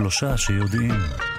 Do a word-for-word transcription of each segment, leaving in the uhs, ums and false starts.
שלושה שיודעים.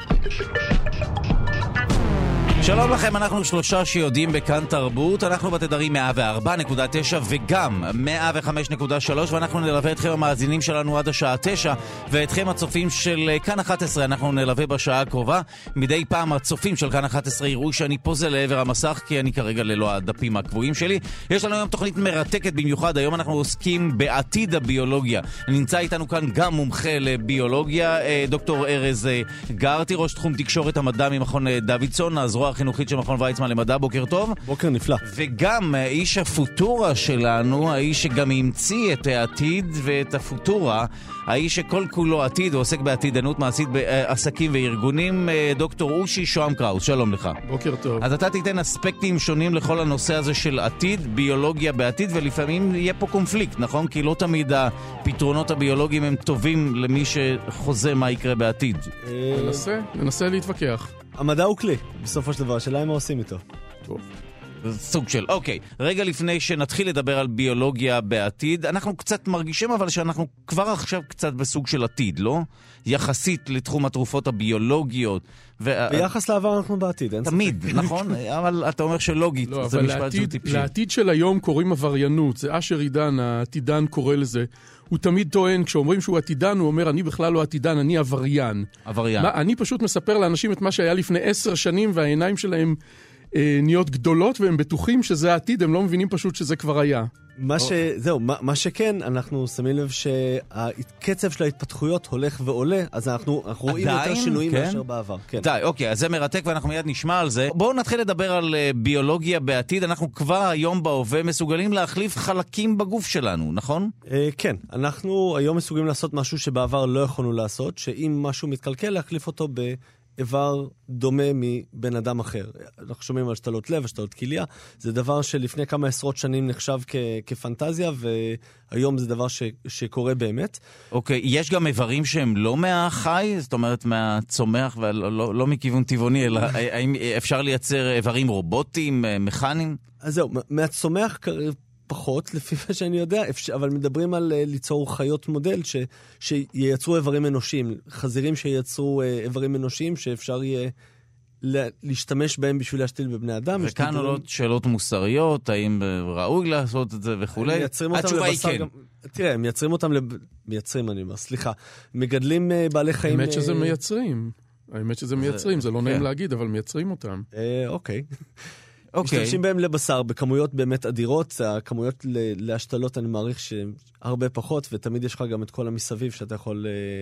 שלום לכם, אנחנו שלושה שיודעים בכאן תרבות, אנחנו בתדרים מאה וארבע נקודה תשע וגם מאה וחמש נקודה שלוש, ואנחנו נלווה אתכם המאזינים שלנו עד השעה תשע, ואתכם הצופים של כאן אחת עשרה אנחנו נלווה בשעה הקרובה. מדי פעם הצופים של כאן אחת עשרה יראו שאני פוזל לעבר המסך, כי אני כרגע ללא הדפים הקבועים שלי. יש לנו היום תוכנית מרתקת במיוחד, היום אנחנו עוסקים בעתיד הביולוגיה. נמצא איתנו כאן גם מומחה לביולוגיה, דוקטור ארז גרטי, ראש תחום תקשורת המדע ממכון דוידסון, הזרוע החינוכית של מכון ויצמן למדע. בוקר טוב. בוקר נפלא. וגם איש הפוטורה שלנו, האיש שגם המציא את העתיד ואת הפוטורה, האיש שכל כולו עתיד ועוסק בעתידנות מעשית בעסקים וארגונים, דוקטור אושי שוהם קראוס, שלום לך. בוקר טוב. אז אתה תיתן אספקטים שונים לכל הנושא הזה של עתיד, ביולוגיה בעתיד, ולפעמים יהיה פה קונפליקט, נכון? כי לא תמיד הפתרונות הביולוגיים הם טובים למי שחוזה מה יקרה בעתיד. ננסה, ננסה להתווכח. המדע הוא כלי, בסופו של דבר, השאלה מה עושים איתו. טוב. סוג של, אוקיי, רגע לפני שנתחיל לדבר על ביולוגיה בעתיד, אנחנו קצת מרגישים אבל שאנחנו כבר עכשיו קצת בסוג של עתיד, לא? יחסית לתחום התרופות הביולוגיות. ו... ביחס לעבר אנחנו בעתיד, אין תמיד, נכון? אבל אתה אומר שלוגית, לא, זה משפט שהוא טיפשי. לעתיד של היום קוראים עבריינות, זה אשר עידן, העתידן קורא לזה. הוא תמיד טוען, כשאומרים שהוא עתידן, הוא אומר, אני בכלל לא עתידן, אני עבריין. עבריין. מה, אני פשוט מספר לאנשים את מה שהיה לפני עשר שנים, והעיניים שלהם אה, נהיות גדולות, והם בטוחים שזה העתיד, הם לא מבינים פשוט שזה כבר היה. מה ש... זהו, מה, מה שכן, אנחנו שמים לב שהקצב של ההתפתחויות הולך ועולה, אז אנחנו, אנחנו רואים יותר שינויים כן? מאשר בעבר. כן. די, אוקיי, אז זה מרתק ואנחנו מיד נשמע על זה. בואו נתחיל לדבר על uh, ביולוגיה בעתיד. אנחנו כבר היום בהווה מסוגלים להחליף חלקים בגוף שלנו, נכון? Uh, כן, אנחנו היום מסוגלים לעשות משהו שבעבר לא יכולנו לעשות, שאם משהו מתקלקל, להחליף אותו ב... איבר דומה מבן אדם אחר. אנחנו שומעים על שתלות לב, שתלות כליה. זה דבר שלפני כמה עשרות שנים נחשב כ- כפנטזיה, והיום זה דבר ש- שקורה באמת. אוקיי, יש גם איברים שהם לא מהחי, זאת אומרת מהצומח, ולא לא, לא מכיוון טבעוני, אלא האם אפשר לייצר איברים רובוטיים, מכניים? אז זהו, מהצומח פחות, לפי מה שאני יודע, אבל מדברים על ליצור חיות מודל ש, שייצרו איברים אנושיים, חזירים שייצרו איברים אנושיים שאפשר יהיה להשתמש בהם בשביל להשתיל בבני אדם. וכאן עולות שאלות מוסריות, האם ראוי לעשות את זה וכולי? התשובה היא כן. תראה, הם מייצרים אותם, מייצרים אני אומר, סליחה, מגדלים בעלי חיים... האמת שזה מייצרים, האמת שזה מייצרים, זה לא נעים להגיד, אבל מייצרים אותם. אוקיי. Okay. משתמשים בהם לבשר, בכמויות באמת אדירות, הכמויות להשתלות אני מעריך שהרבה פחות, ותמיד יש לך גם את כל המסביב שאתה יכול...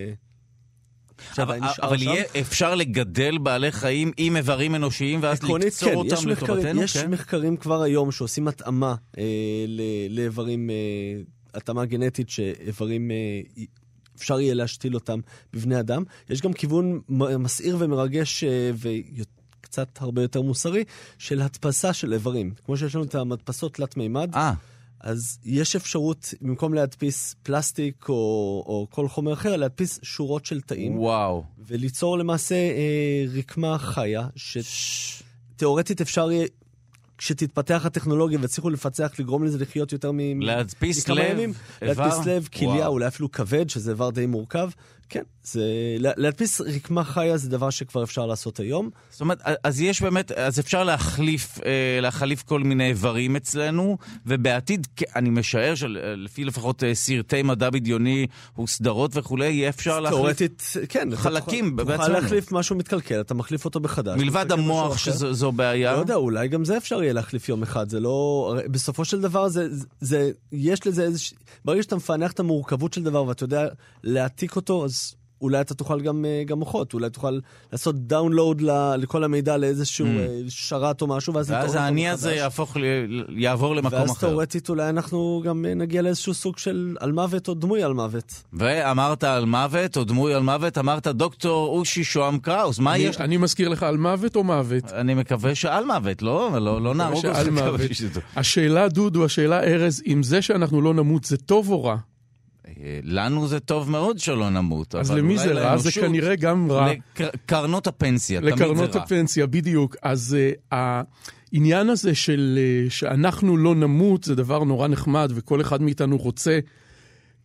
אבל, אבל יהיה אפשר לגדל בעלי חיים עם איברים אנושיים, ואז לקצור כן, אותם לטובתנו? יש כן? מחקרים כבר היום שעושים התאמה אה, לאיברים, אה, התאמה גנטית שאיברים... אה, אפשר יהיה להשתיל אותם בבני אדם. יש גם כיוון מסעיר ומרגש אה, ויותר קצת הרבה יותר מוסרי, של הדפסה של איברים. כמו שיש לנו את המדפסות תלת מימד, אה. אז יש אפשרות, במקום להדפיס פלסטיק או, או כל חומר אחר, להדפיס שורות של תאים. וואו. וליצור למעשה אה, רקמה חיה, שתיאורטית אפשר יהיה, כשתתפתח הטכנולוגיה וצריכו לפצח, לגרום לזה לחיות יותר מ... להדפיס לב, ימים, להדפיס לב, כליה, אולי אפילו כבד, שזה איבר די מורכב. כן, זה... להדפיס רקמה חיה זה דבר שכבר אפשר לעשות היום. זאת אומרת, אז יש באמת, אז אפשר להחליף, להחליף כל מיני איברים אצלנו, ובעתיד, אני משער שלפי לפחות סרטי מדע בדיוני וסדרות וכולי, יהיה אפשר להחליף תיאורטית, כן, חלקים בעצמנו. תוכל להחליף משהו מתקלקל, אתה מחליף אותו בחדש. מלבד המוח שזו בעיה. לא יודע, אולי גם זה אפשר יהיה להחליף יום אחד, זה לא... בסופו של דבר, זה, זה, יש לזה איזה... ברגע שאתה מפענח את המורכבות של דבר, ואתה יודע להעתיק אותו, אז אולי אתה תוכל גם, גם מוחות, אולי תוכל לעשות דאונלואוד לכל המידע לאיזשהו mm. שרת או משהו, ואז, ואז העני הזה יהפוך, יעבור למקום ואז אחר. ואז תאורטית אולי אנחנו גם נגיע לאיזשהו סוג של על מוות או דמוי על מוות. ואמרת על מוות או דמוי על מוות, אמרת דוקטור אושי שוהם קראוס, מה אני, יש? אני מזכיר לך על מוות או מוות? אני מקווה שעל מוות, לא? לא, לא נהרוג אותך. השאלה דודו, השאלה ארז, אם זה שאנחנו לא נמות זה טוב או רע? לנו זה טוב מאוד שלא נמות. אז למי זה רע? זה כנראה גם רע. לקרנות הפנסיה, תמיד זה רע. לקרנות הפנסיה, בדיוק. אז העניין הזה של שאנחנו לא נמות, זה דבר נורא נחמד, וכל אחד מאיתנו רוצה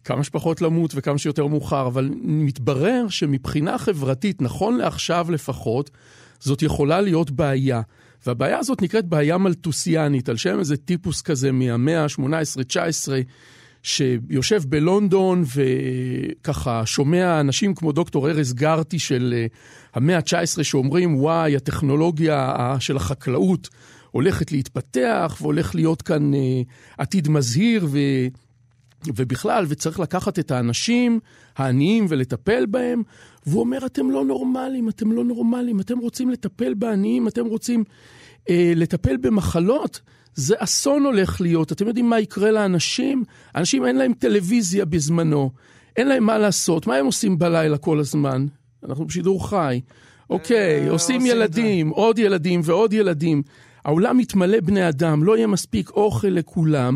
כמה שפחות למות וכמה שיותר מאוחר, אבל מתברר שמבחינה חברתית, נכון לעכשיו לפחות, זאת יכולה להיות בעיה. והבעיה הזאת נקראת בעיה מלטוסיאנית, על שם איזה טיפוס כזה מהמאה ה-שמונה עשרה תשע עשרה, שיושב בלונדון וככה שומע אנשים כמו דוקטור ארז גרטי של המאה ה-תשע עשרה שאומרים, וואי, הטכנולוגיה של החקלאות הולכת להתפתח והולך להיות כאן עתיד מזהיר ו... ובכלל, וצריך לקחת את האנשים העניים ולטפל בהם, והוא אומר, אתם לא נורמלים, אתם לא נורמלים, אתם רוצים לטפל בעניים, אתם רוצים אה, לטפל במחלות, זה אסון הולך להיות. אתם יודעים מה יקרה לאנשים? אנשים אין להם טלוויזיה בזמנו, אין להם מה לעשות, מה הם עושים בלילה כל הזמן? אנחנו בשידור חי. אוקיי, עושים ילדים, עוד ילדים ועוד ילדים. העולם מתמלא בני אדם, לא יהיה מספיק אוכל לכולם,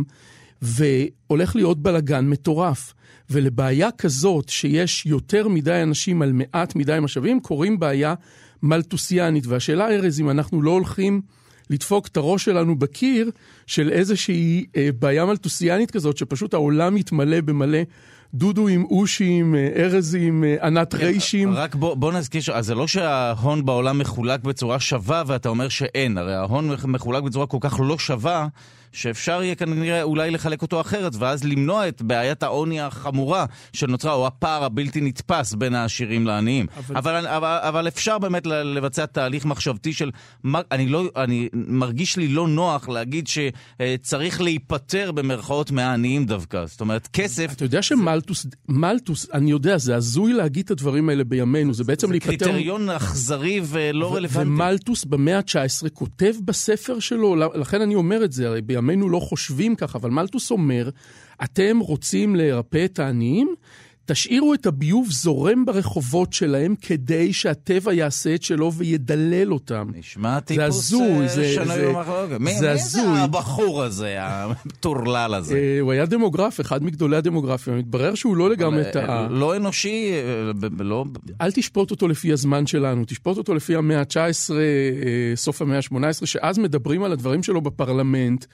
והולך להיות בלגן מטורף. ולבעיה כזאת שיש יותר מדי אנשים על מעט מדי משאבים, קוראים בעיה מלטוסיאנית. והשאלה, ארז, אם אנחנו לא הולכים לדפוק את הראש שלנו בקיר של איזושהי אה, בעיה מלטוסיאנית כזאת, שפשוט העולם מתמלא במלא דודו עם אושים, ארז עם ענת ריישים. רק בוא, בוא נזכיר, אז זה לא שההון בעולם מחולק בצורה שווה, ואתה אומר שאין, הרי ההון מחולק בצורה כל כך לא שווה, שאפשר יהיה כנראה אולי לחלק אותו אחרת, ואז למנוע את בעיית העוני החמורה שנוצרה, או הפער הבלתי נתפס בין העשירים לעניים. אבל, אבל, אבל, אבל אפשר באמת לבצע תהליך מחשבתי של, אני, לא, אני מרגיש לי לא נוח להגיד שצריך להיפטר במרכאות מהעניים דווקא. זאת אומרת, כסף... אתה יודע שמלטוס, מלטוס, אני יודע, זה הזוי להגיד את הדברים האלה בימינו, זה בעצם להיפטר... זה קריטריון אכזרי ולא רלוונטי. ומלטוס במאה ה-תשע עשרה כותב בספר שלו, לכן אני אומר את זה, הרי בימינו לא חושבים כך, אבל מלטוס אומר, אתם רוצים להירפא את העניים, תשאירו את הביוב זורם ברחובות שלהם, כדי שהטבע יעשה את שלו וידלל אותם. נשמע טיפוס שנוי במחלוקת. מי זה הבחור הזה, הטורלל הזה? הוא היה דמוגרף, אחד מגדולי הדמוגרפיה, מתברר שהוא לא לגמרי טעה. לא אנושי, לא... אל תשפוט אותו לפי הזמן שלנו, תשפוט אותו לפי המאה ה-תשע עשרה, סוף המאה ה-שמונה עשרה, שאז מדברים על הדברים שלו בפרלמנט,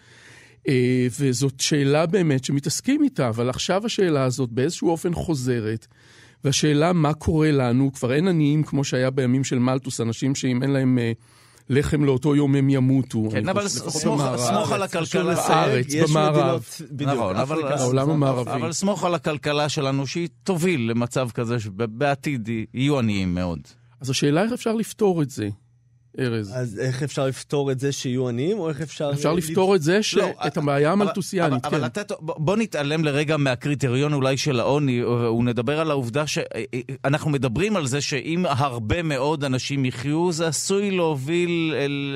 וזאת שאלה באמת שמתעסקים איתה, אבל עכשיו השאלה הזאת באיזשהו אופן חוזרת, והשאלה מה קורה לנו, כבר אין עניים כמו שהיה בימים של מלטוס, אנשים שאם אין להם לחם לאותו יום הם ימותו. כן, אבל סמוך על הכלכלה בארץ, במערב. נכון, העולם המערבי. אבל סמוך על הכלכלה שלנו שהיא תוביל למצב כזה שבעתיד יהיו עניים מאוד. אז השאלה איך אפשר לפתור את זה? ארז. אז איך אפשר לפתור את זה שיהיו עניים, או איך אפשר... אפשר לפתור את זה שאת הבעיה המלטוסיאנית, כן. אבל בוא נתעלם לרגע מהקריטריון אולי של העוני, ונדבר על העובדה שאנחנו מדברים על זה שאם הרבה מאוד אנשים יחיו, זה עשוי להוביל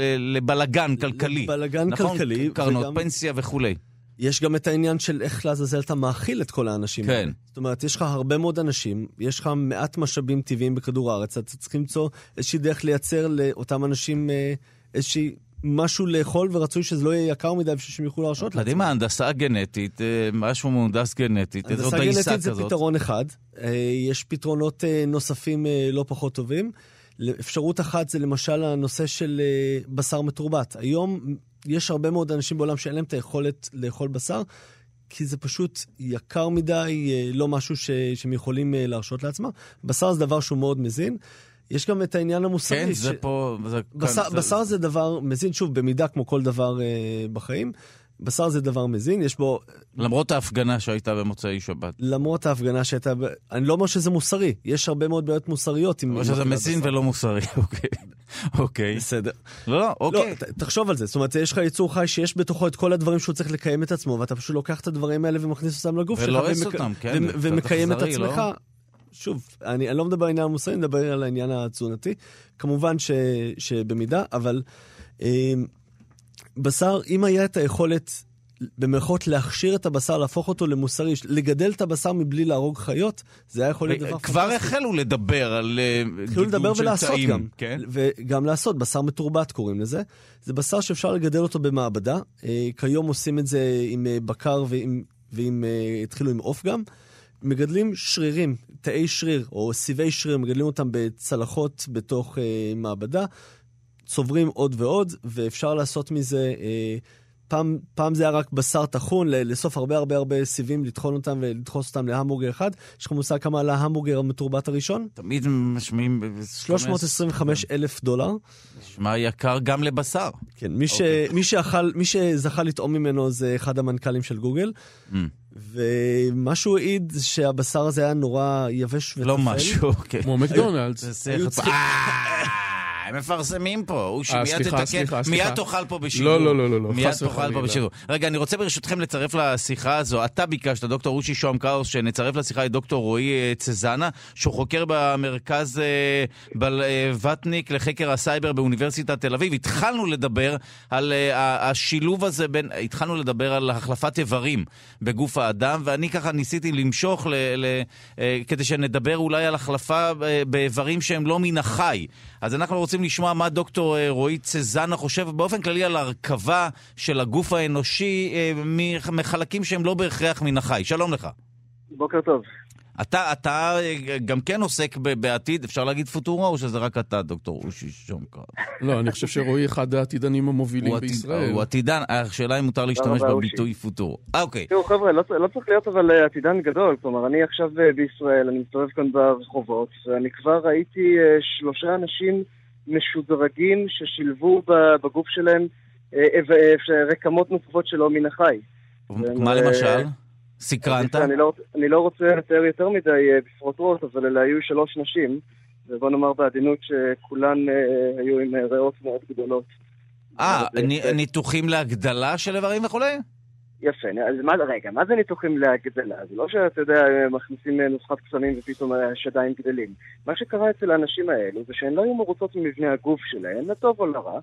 לבלגן כלכלי. לבלגן כלכלי. קרנות, פנסיה וכולי. יש גם את העניין של איך לעזאזל אתה מאכיל את כל האנשים. כן. זאת אומרת, יש לך הרבה מאוד אנשים, יש לך מעט משאבים טבעיים בכדור הארץ, אתה צריך למצוא איזושהי דרך לייצר לאותם אנשים איזושהי משהו לאכול, ורצוי שזה לא יהיה יקר מדי בשביל שהם יוכלו להרשות לעצמם. יודעים מה, הנדסה גנטית, משהו מהונדס גנטית, איזו דייסה כזאת. הנדסה גנטית זה פתרון אחד, יש פתרונות נוספים לא פחות טובים. אפשרות אחת זה למשל הנושא של בשר מתורבת. היום יש הרבה מאוד אנשים בעולם שאין להם את היכולת לאכול בשר, כי זה פשוט יקר מדי, לא משהו ש... שהם יכולים להרשות לעצמם. בשר זה דבר שהוא מאוד מזין. יש גם את העניין המוסרי. כן, זה ש... פה... זה... בשר, זה... בשר זה דבר מזין, שוב, במידה כמו כל דבר אה, בחיים. בשר זה דבר מזין, יש בו... למרות ההפגנה שהייתה במוצאי שבת. למרות ההפגנה שהייתה... אני לא אומר שזה מוסרי, יש הרבה מאוד בעיות מוסריות. או שזה מזין ולא מוסרי, אוקיי. אוקיי. בסדר. לא, לא, אוקיי. לא, תחשוב על זה, זאת אומרת, יש לך יצור חי שיש בתוכו את כל הדברים שהוא צריך לקיים את עצמו, ואתה פשוט לוקח את הדברים האלה ומכניס אותם לגוף שלך. ולועס אותם, כן. ומקיים את עצמך. שוב, אני, אני לא מדבר על העניין המוסרי, אני מדבר על העניין התזונתי. כמובן ש, שבמידה, אבל אה, בשר, אם היה את היכולת במרכאות להכשיר את הבשר, להפוך אותו למוסרי, לגדל את הבשר מבלי להרוג חיות, זה היה יכול להיות דבר פנטסטי. כבר החלו לדבר על גידול של צעים. גם, כן? וגם לעשות, בשר מתורבת קוראים לזה. זה בשר שאפשר לגדל אותו במעבדה. כיום עושים את זה עם בקר ועם, ועם התחילו עם אוף גם. מגדלים שרירים, תאי שריר או סיבי שריר, מגדלים אותם בצלחות בתוך מעבדה. צוברים עוד ועוד, ואפשר לעשות מזה... פעם, פעם זה היה רק בשר טחון, לאסוף הרבה הרבה הרבה סיבים, לטחון אותם ולדחוס אותם להמבורגר אחד. יש לך מושג כמה על ההמבורגר המתורבת הראשון? תמיד משמיעים... שלוש מאות עשרים וחמישה אלף דולר. נשמע יקר גם לבשר. כן, מי, ש... מי, שאכל, מי שזכה לטעום ממנו זה אחד המנכ"לים של גוגל. Mm. ומה שהוא העיד שהבשר הזה היה נורא יבש וטפל. לא משהו, כן. כמו מקדונלדס. הם מפרסמים פה, אושי, מיד תאכל פה בשידור. לא, לא, לא, לא. מיד תאכל פה בשידור. רגע, אני רוצה ברשותכם לצרף לשיחה הזו. אתה ביקשת, דוקטור אושי שום קאוס, שנצרף לשיחה את דוקטור רועי צזנה, שהוא חוקר במרכז וטניק לחקר הסייבר באוניברסיטת תל אביב. התחלנו לדבר על השילוב הזה בין, התחלנו לדבר על החלפת איברים בגוף האדם, ואני ככה ניסיתי למשוך כדי שנדבר אולי על החלפה באיברים שהם לא מן החי. אז אנחנו רוצים לשמוע מה דוקטור רועי צזנה חושב באופן כללי על הרכבה של הגוף האנושי מחלקים שהם לא בהכרח מן החי. שלום לך. בוקר טוב. אתה, אתה גם כן עוסק בעתיד, אפשר להגיד פוטורה, או שזה רק אתה, דוקטור אושי שום קאוס? לא, אני חושב שרועי אחד העתידנים המובילים בישראל. הוא עתידן, השאלה אם מותר להשתמש בביטוי פוטור. אה, אוקיי. תראו, חבר'ה, לא צריך להיות אבל עתידן גדול, כלומר, אני עכשיו בישראל, אני מסתובב כאן ברחובות, ואני כבר ראיתי שלושה אנשים משודרגים ששילבו בגוף שלהם רקמות נוספות שלו מן החי. מה למשל? סקרנת? אני לא, אני לא רוצה לתאר יותר מדי בפרוטרוט, אבל אלה היו שלוש נשים, ובוא נאמר בעדינות שכולן היו עם ריאות מאוד גדולות. אה, ניתוחים להגדלה של איברים וכו'? יפה, אז מה, רגע, מה זה ניתוחים להגדלה? זה לא שאתה יודע, מכניסים נוסחת קסמים ופתאום השדיים גדלים. מה שקרה אצל האנשים האלו זה שהן לא היו מרוצות ממבנה הגוף שלהן, לטוב או לרע,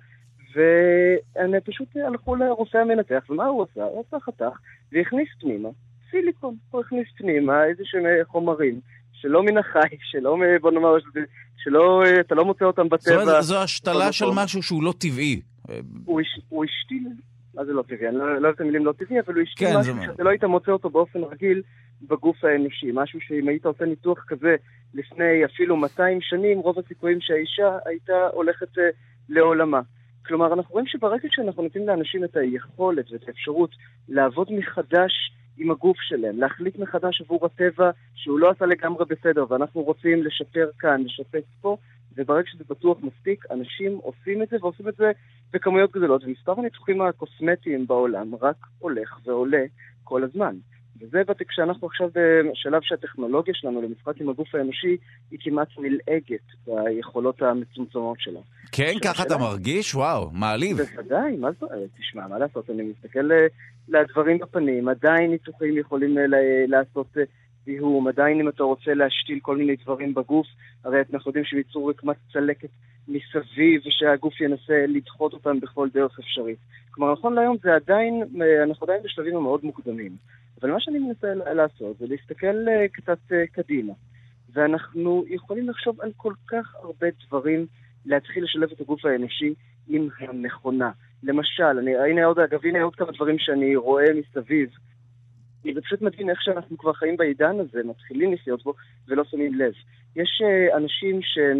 והן פשוט הלכו לרופא המנתח, ומה הוא עשה? הוא עשה חתך והכניס פנימה סיליקון, הוא הכניס פנימה איזה שהם חומרים שלא מן החי, שלא, בוא נאמר, שלא, אתה לא מוצא אותם בטבע. זאת אומרת, זו השתלה של משהו שהוא לא טבעי. הוא השתיל, מה זה לא טבעי? אני לא אוהב את המילים לא טבעי, אבל הוא השתיל משהו שאתה לא היית מוצא אותו באופן רגיל בגוף האנושי. משהו שאם היית עושה ניתוח כזה לפני אפילו מאתיים שנים, רוב הסיכויים שהאישה הייתה הולכת לעולמה. כלומר, אנחנו רואים שברגע שאנחנו נותנים לאנשים את היכולת ואת האפשרות לעבוד מחדש עם הגוף שלהם, להחליט מחדש עבור הטבע שהוא לא עשה לגמרי בסדר, ואנחנו רוצים לשפר כאן, לשפץ פה, וברגע שזה בטוח מספיק, אנשים עושים את זה, ועושים את זה בכמויות גדולות, ומספר הניתוחים הקוסמטיים בעולם רק הולך ועולה כל הזמן. וזה בתק שאנחנו עכשיו בשלב שהטכנולוגיה שלנו למשחק עם הגוף האנושי היא כמעט נלעגת ביכולות המצומצמות שלה. כן, ככה אתה מרגיש? וואו, מעליב. בוודאי, מה זאת? תשמע, מה לעשות? אני מסתכל לדברים בפנים, עדיין ניתוחים יכולים לעשות זיהום, עדיין אם אתה רוצה להשתיל כל מיני דברים בגוף, הרי אנחנו יודעים שייצור רקמת צלקת מסביב, ושהגוף ינסה לדחות אותם בכל דרך אפשרית. כלומר, נכון להיום זה עדיין, אנחנו עדיין בשלבים המאוד מוקדמים. אבל מה שאני מנסה לעשות זה להסתכל קצת קדימה. ואנחנו יכולים לחשוב על כל כך הרבה דברים להתחיל לשלב את הגוף האנושי עם המכונה. למשל, אני, הנה עוד, אגב, הנה עוד כמה דברים שאני רואה מסביב. זה פשוט מדהים איך שאנחנו כבר חיים בעידן הזה, מתחילים לחיות בו ולא שמים לב. יש אנשים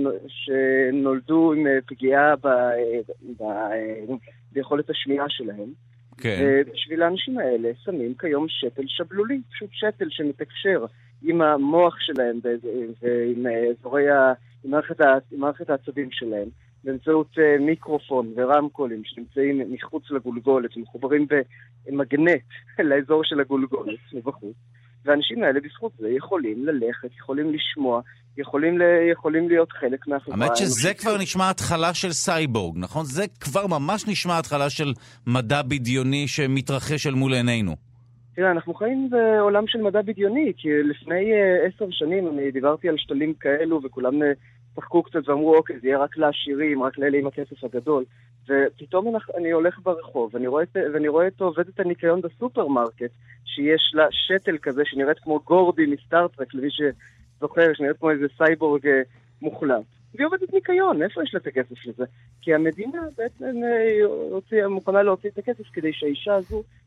שנולדו עם פגיעה ב, ב, ביכולת השמיעה שלהם. כן. ובשביל האנשים האלה שמים כיום שתל שבלולי, פשוט שתל שמתקשר עם המוח שלהם ועם אזורי, עם מערכת העצבים שלהם, באמצעות מיקרופון ורמקולים שנמצאים מחוץ לגולגולת, מחוברים במגנט לאזור של הגולגולת מבחוץ. והאנשים האלה בזכות זה יכולים ללכת, יכולים לשמוע, יכולים, ל... יכולים להיות חלק מהחברה. האמת שזה כבר נשמע התחלה של סייבורג, נכון? זה כבר ממש נשמע התחלה של מדע בדיוני שמתרחש אל מול עינינו. תראה, אנחנו חיים בעולם של מדע בדיוני, כי לפני עשר שנים אני דיברתי על שתלים כאלו, וכולם צחקו קצת ואמרו, אוקיי, זה יהיה רק לעשירים, רק לאלה עם הכסף הגדול. ופתאום אני הולך ברחוב, ואני רואה, ואני רואה את עובדת הניקיון בסופרמרקט, שיש לה שתל כזה שנראית כמו גורדי מסטארטרק, למי שזוכר, שנראית כמו איזה סייבורג מוחלט. והיא עובדת ניקיון, איפה יש לה את הכסף לזה? כי המדינה בעצם הוציאה, מוכנה להוציא את הכסף כדי שהאישה הזו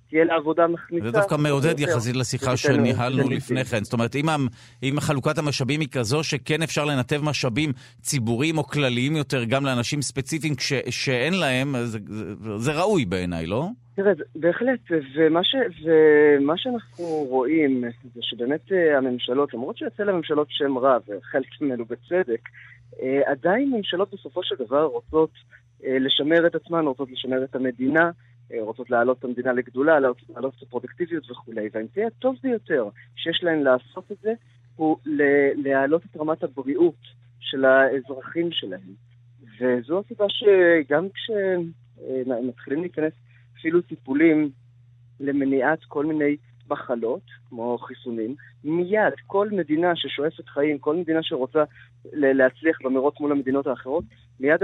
תהיה לעבודה מכניסה. זה דווקא מעודד יחסית לשיחה שניהלנו לפני כן. זאת אומרת, אם, אם חלוקת המשאבים היא כזו שכן אפשר לנתב משאבים ציבוריים או כלליים יותר גם לאנשים ספציפיים כש, שאין להם, זה, זה, זה ראוי בעיניי, לא? תראה, בהחלט, ומה, ש, ומה שאנחנו רואים זה שבאמת הממשלות, למרות שיוצא לממשלות שם רע, וחלק ממנו בצדק, עדיין ממשלות בסופו של דבר רוצות לשמר את עצמן, רוצות לשמר את המדינה, רוצות להעלות את המדינה לגדולה, להעלות את הפרודקטיביות וכו'. והאמצעי הטוב ביותר שיש להן לעשות את זה, הוא להעלות את רמת הבריאות של האזרחים שלהם. וזו הסיבה שגם כשמתחילים להיכנס אפילו טיפולים למניעת כל מיני מחלות, כמו חיסונים, מיד כל מדינה ששואפת חיים, כל מדינה שרוצה להצליח במרוץ מול המדינות האחרות, מיד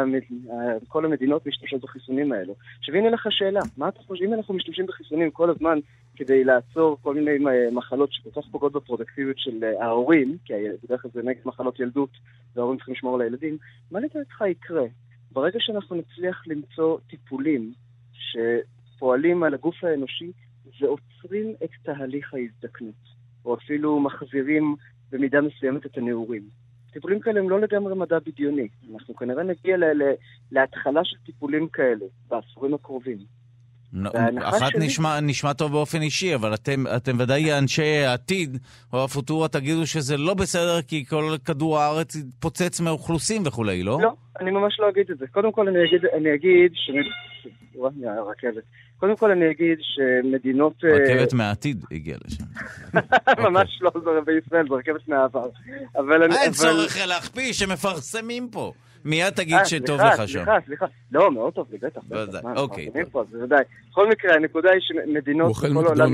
כל המדינות משתמשות בחיסונים האלו. שווינה לך שאלה, מה אתה חושב? אם אנחנו משתמשים בחיסונים כל הזמן כדי לעצור כל מיני מחלות שכל כך פוגעות בפרודקטיביות של ההורים, כי בדרך כלל זה נגד מחלות ילדות וההורים צריכים לשמור על הילדים, מה לדעתך יקרה? ברגע שאנחנו נצליח למצוא טיפולים שפועלים על הגוף האנושי ועוצרים את תהליך ההזדקנות, או אפילו מחזירים במידה מסוימת את הנעורים. טיפולים כאלה הם לא לגמרי מדע בדיוני. אנחנו כנראה נגיע ל- ל- להתחלה של טיפולים כאלה בעשורים הקרובים. אחת שלי... נשמע, נשמע טוב באופן אישי, אבל אתם, אתם ודאי אנשי העתיד או הפוטורה תגידו שזה לא בסדר כי כל כדור הארץ פוצץ מאוכלוסים וכולי, לא? לא, אני ממש לא אגיד את זה. קודם כל אני אגיד, אני אגיד ש... רכבת. קודם כל אני אגיד שמדינות... רכבת מהעתיד הגיעה לשם. ממש לא, זה בישראל, זה רכבת מהעבר. אין צורך להכפיש שמפרסמים פה. מיד תגיד שטוב לך שם. סליחה, סליחה. לא, מאוד טוב, זה בטח. אוקיי. בכל מקרה, הנקודה היא שמדינות בכל העולם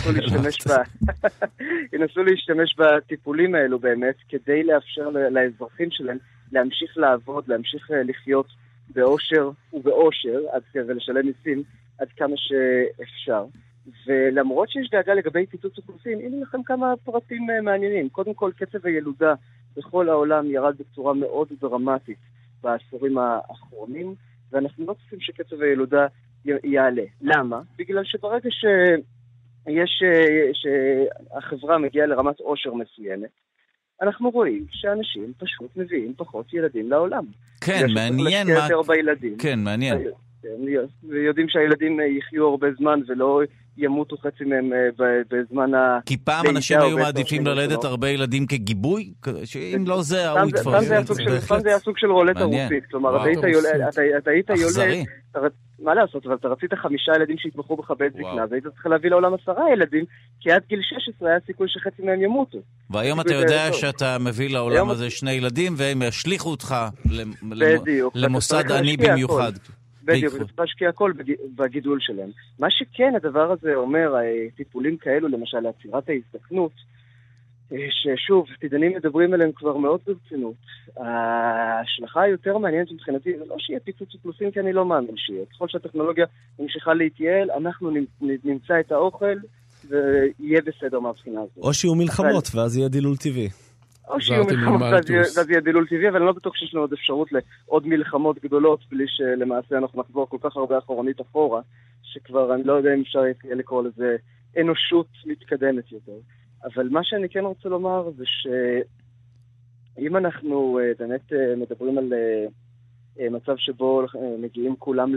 ינסו להשתמש בטיפולים האלו באמת, כדי לאפשר לאזרחים שלהם להמשיך לעבוד, להמשיך לחיות באושר ובאושר, ולשלם מיסים עד כמה שאפשר. ולמרות שיש דאגה לגבי פיצוץ אוכלוסין, הנה לכם כמה פרטים מעניינים. קודם כל, קצב הילודה בכל העולם ירד בצורה מאוד דרמטית בעשורים האחרונים, ואנחנו לא צריכים שקצב הילודה יעלה. למה? בגלל שברגע שיש, שהחברה מגיעה לרמת עושר מסוימת, אנחנו רואים שאנשים פשוט מביאים פחות ילדים לעולם. כן, מעניין. מה... יותר בילדים. כן, מעניין. ויודעים שהילדים יחיו הרבה זמן ולא ימותו חצי מהם בזמן ה... כי פעם אנשים היו מעדיפים ללדת הרבה ילדים כגיבוי, שאם לא זה, הוא יתפרש. פעם זה היה סוג של רולטה רוסית. כלומר, אתה היית יולד... מה לעשות, אבל אתה רצית חמישה ילדים שיתמכו בך בעת זקנה, והיית צריך להביא לעולם עשרה ילדים, כי עד גיל שש עשרה היה סיכוי שחצי מהם ימותו. והיום אתה יודע שאתה מביא לעולם הזה שני ילדים, והם ישליחו אותך למוסד עני במיוחד. בדיוק, וצריך להשקיע הכל בגידול שלהם. מה שכן הדבר הזה אומר, טיפולים כאלו, למשל, לעצירת ההזדקנות, ששוב, תדענים מדברים עליהם כבר מאוד ברצינות. ההשלכה היותר מעניינת מבחינתי, זה לא שיהיה פיצוץ אוכלוסין, כי אני לא מאמין שיהיה. ככל שהטכנולוגיה ממשיכה להתייעל, אנחנו נמצא את האוכל, ויהיה בסדר מהבחינה הזאת. או שיהיו מלחמות, ואז יהיה דילול טבעי. או שיהיו מלחמות, ואז יהיה דילול טבעי, אבל אני לא בטוח שיש לנו עוד אפשרות לעוד מלחמות גדולות, בלי שלמעשה אנחנו נחזור כל כך הרבה אחורנית אחורה, שכבר אני לא יודע אם אפשר יהיה לקרוא לזה אנושות מתקדמת יותר. אבל מה שאני כן רוצה לומר זה שאם אנחנו באמת מדברים על מצב שבו מגיעים כולם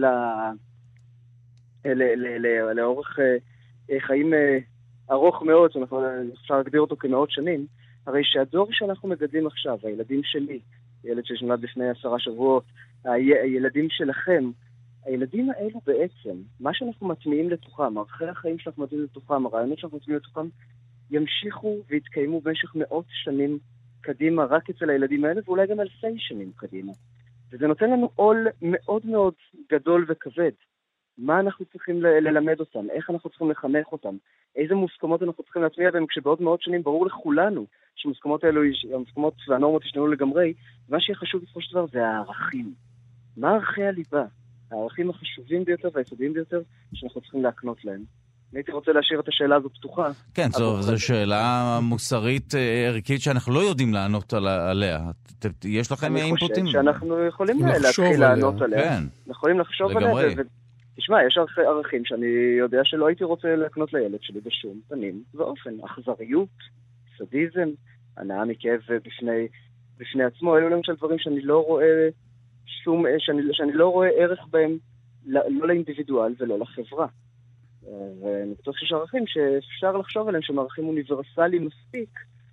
לאורך חיים ארוך מאוד, שאפשר להגדיר אותו כמאות שנים, הרי שהדור שאנחנו מגדלים עכשיו, הילדים שלי, ילד שנולד לפני עשרה שבועות, הילדים שלכם, הילדים האלו בעצם, מה שאנחנו מטמיעים לתוכם, ערכי החיים שאנחנו מטמיעים לתוכם, הרעיונות שאנחנו מטמיעים לתוכם, ימשיכו והתקיימו במשך מאות שנים קדימה, רק אצל הילדים האלה, ואולי גם אלפי שנים קדימה. וזה נותן לנו עול מאוד מאוד גדול וכבד. מה אנחנו צריכים ל- ללמד אותם? איך אנחנו צריכים לחנך אותם? איזה מוסכמות אנחנו צריכים להטמיע בהם, כשבעוד מאות שנים ברור לכולנו שמוסכמות האלו, המוסכמות והנורמות ישתנו לגמרי, ומה שיהיה חשוב בסופו של דבר זה הערכים. מה ערכי הליבה? הערכים החשובים ביותר והיסודיים ביותר שאנחנו צריכים להקנות להם. הייתי רוצה להשאיר את השאלה הזו פתוחה. כן, זו, זו שאלה מוסרית ערכית שאנחנו לא יודעים לענות עליה. יש לכם אינפוטים? אני חושב שאנחנו יכולים להתחיל לענות עליה. אנחנו יכולים לחשוב עליה תשמע, יש ערכים שאני יודע שלא הייתי רוצה להקנות לילד שלי בשום פנים ואופן. אכזריות, סדיזם, הנאה מכאב בפני, בפני עצמו, אלו למשל דברים שאני לא רואה שום, שאני, שאני לא רואה ערך בהם, לא לאינדיבידואל ולא לחברה. ואני בטוח שיש ערכים שאפשר לחשוב עליהם, שהם ערכים אוניברסליים מספיק,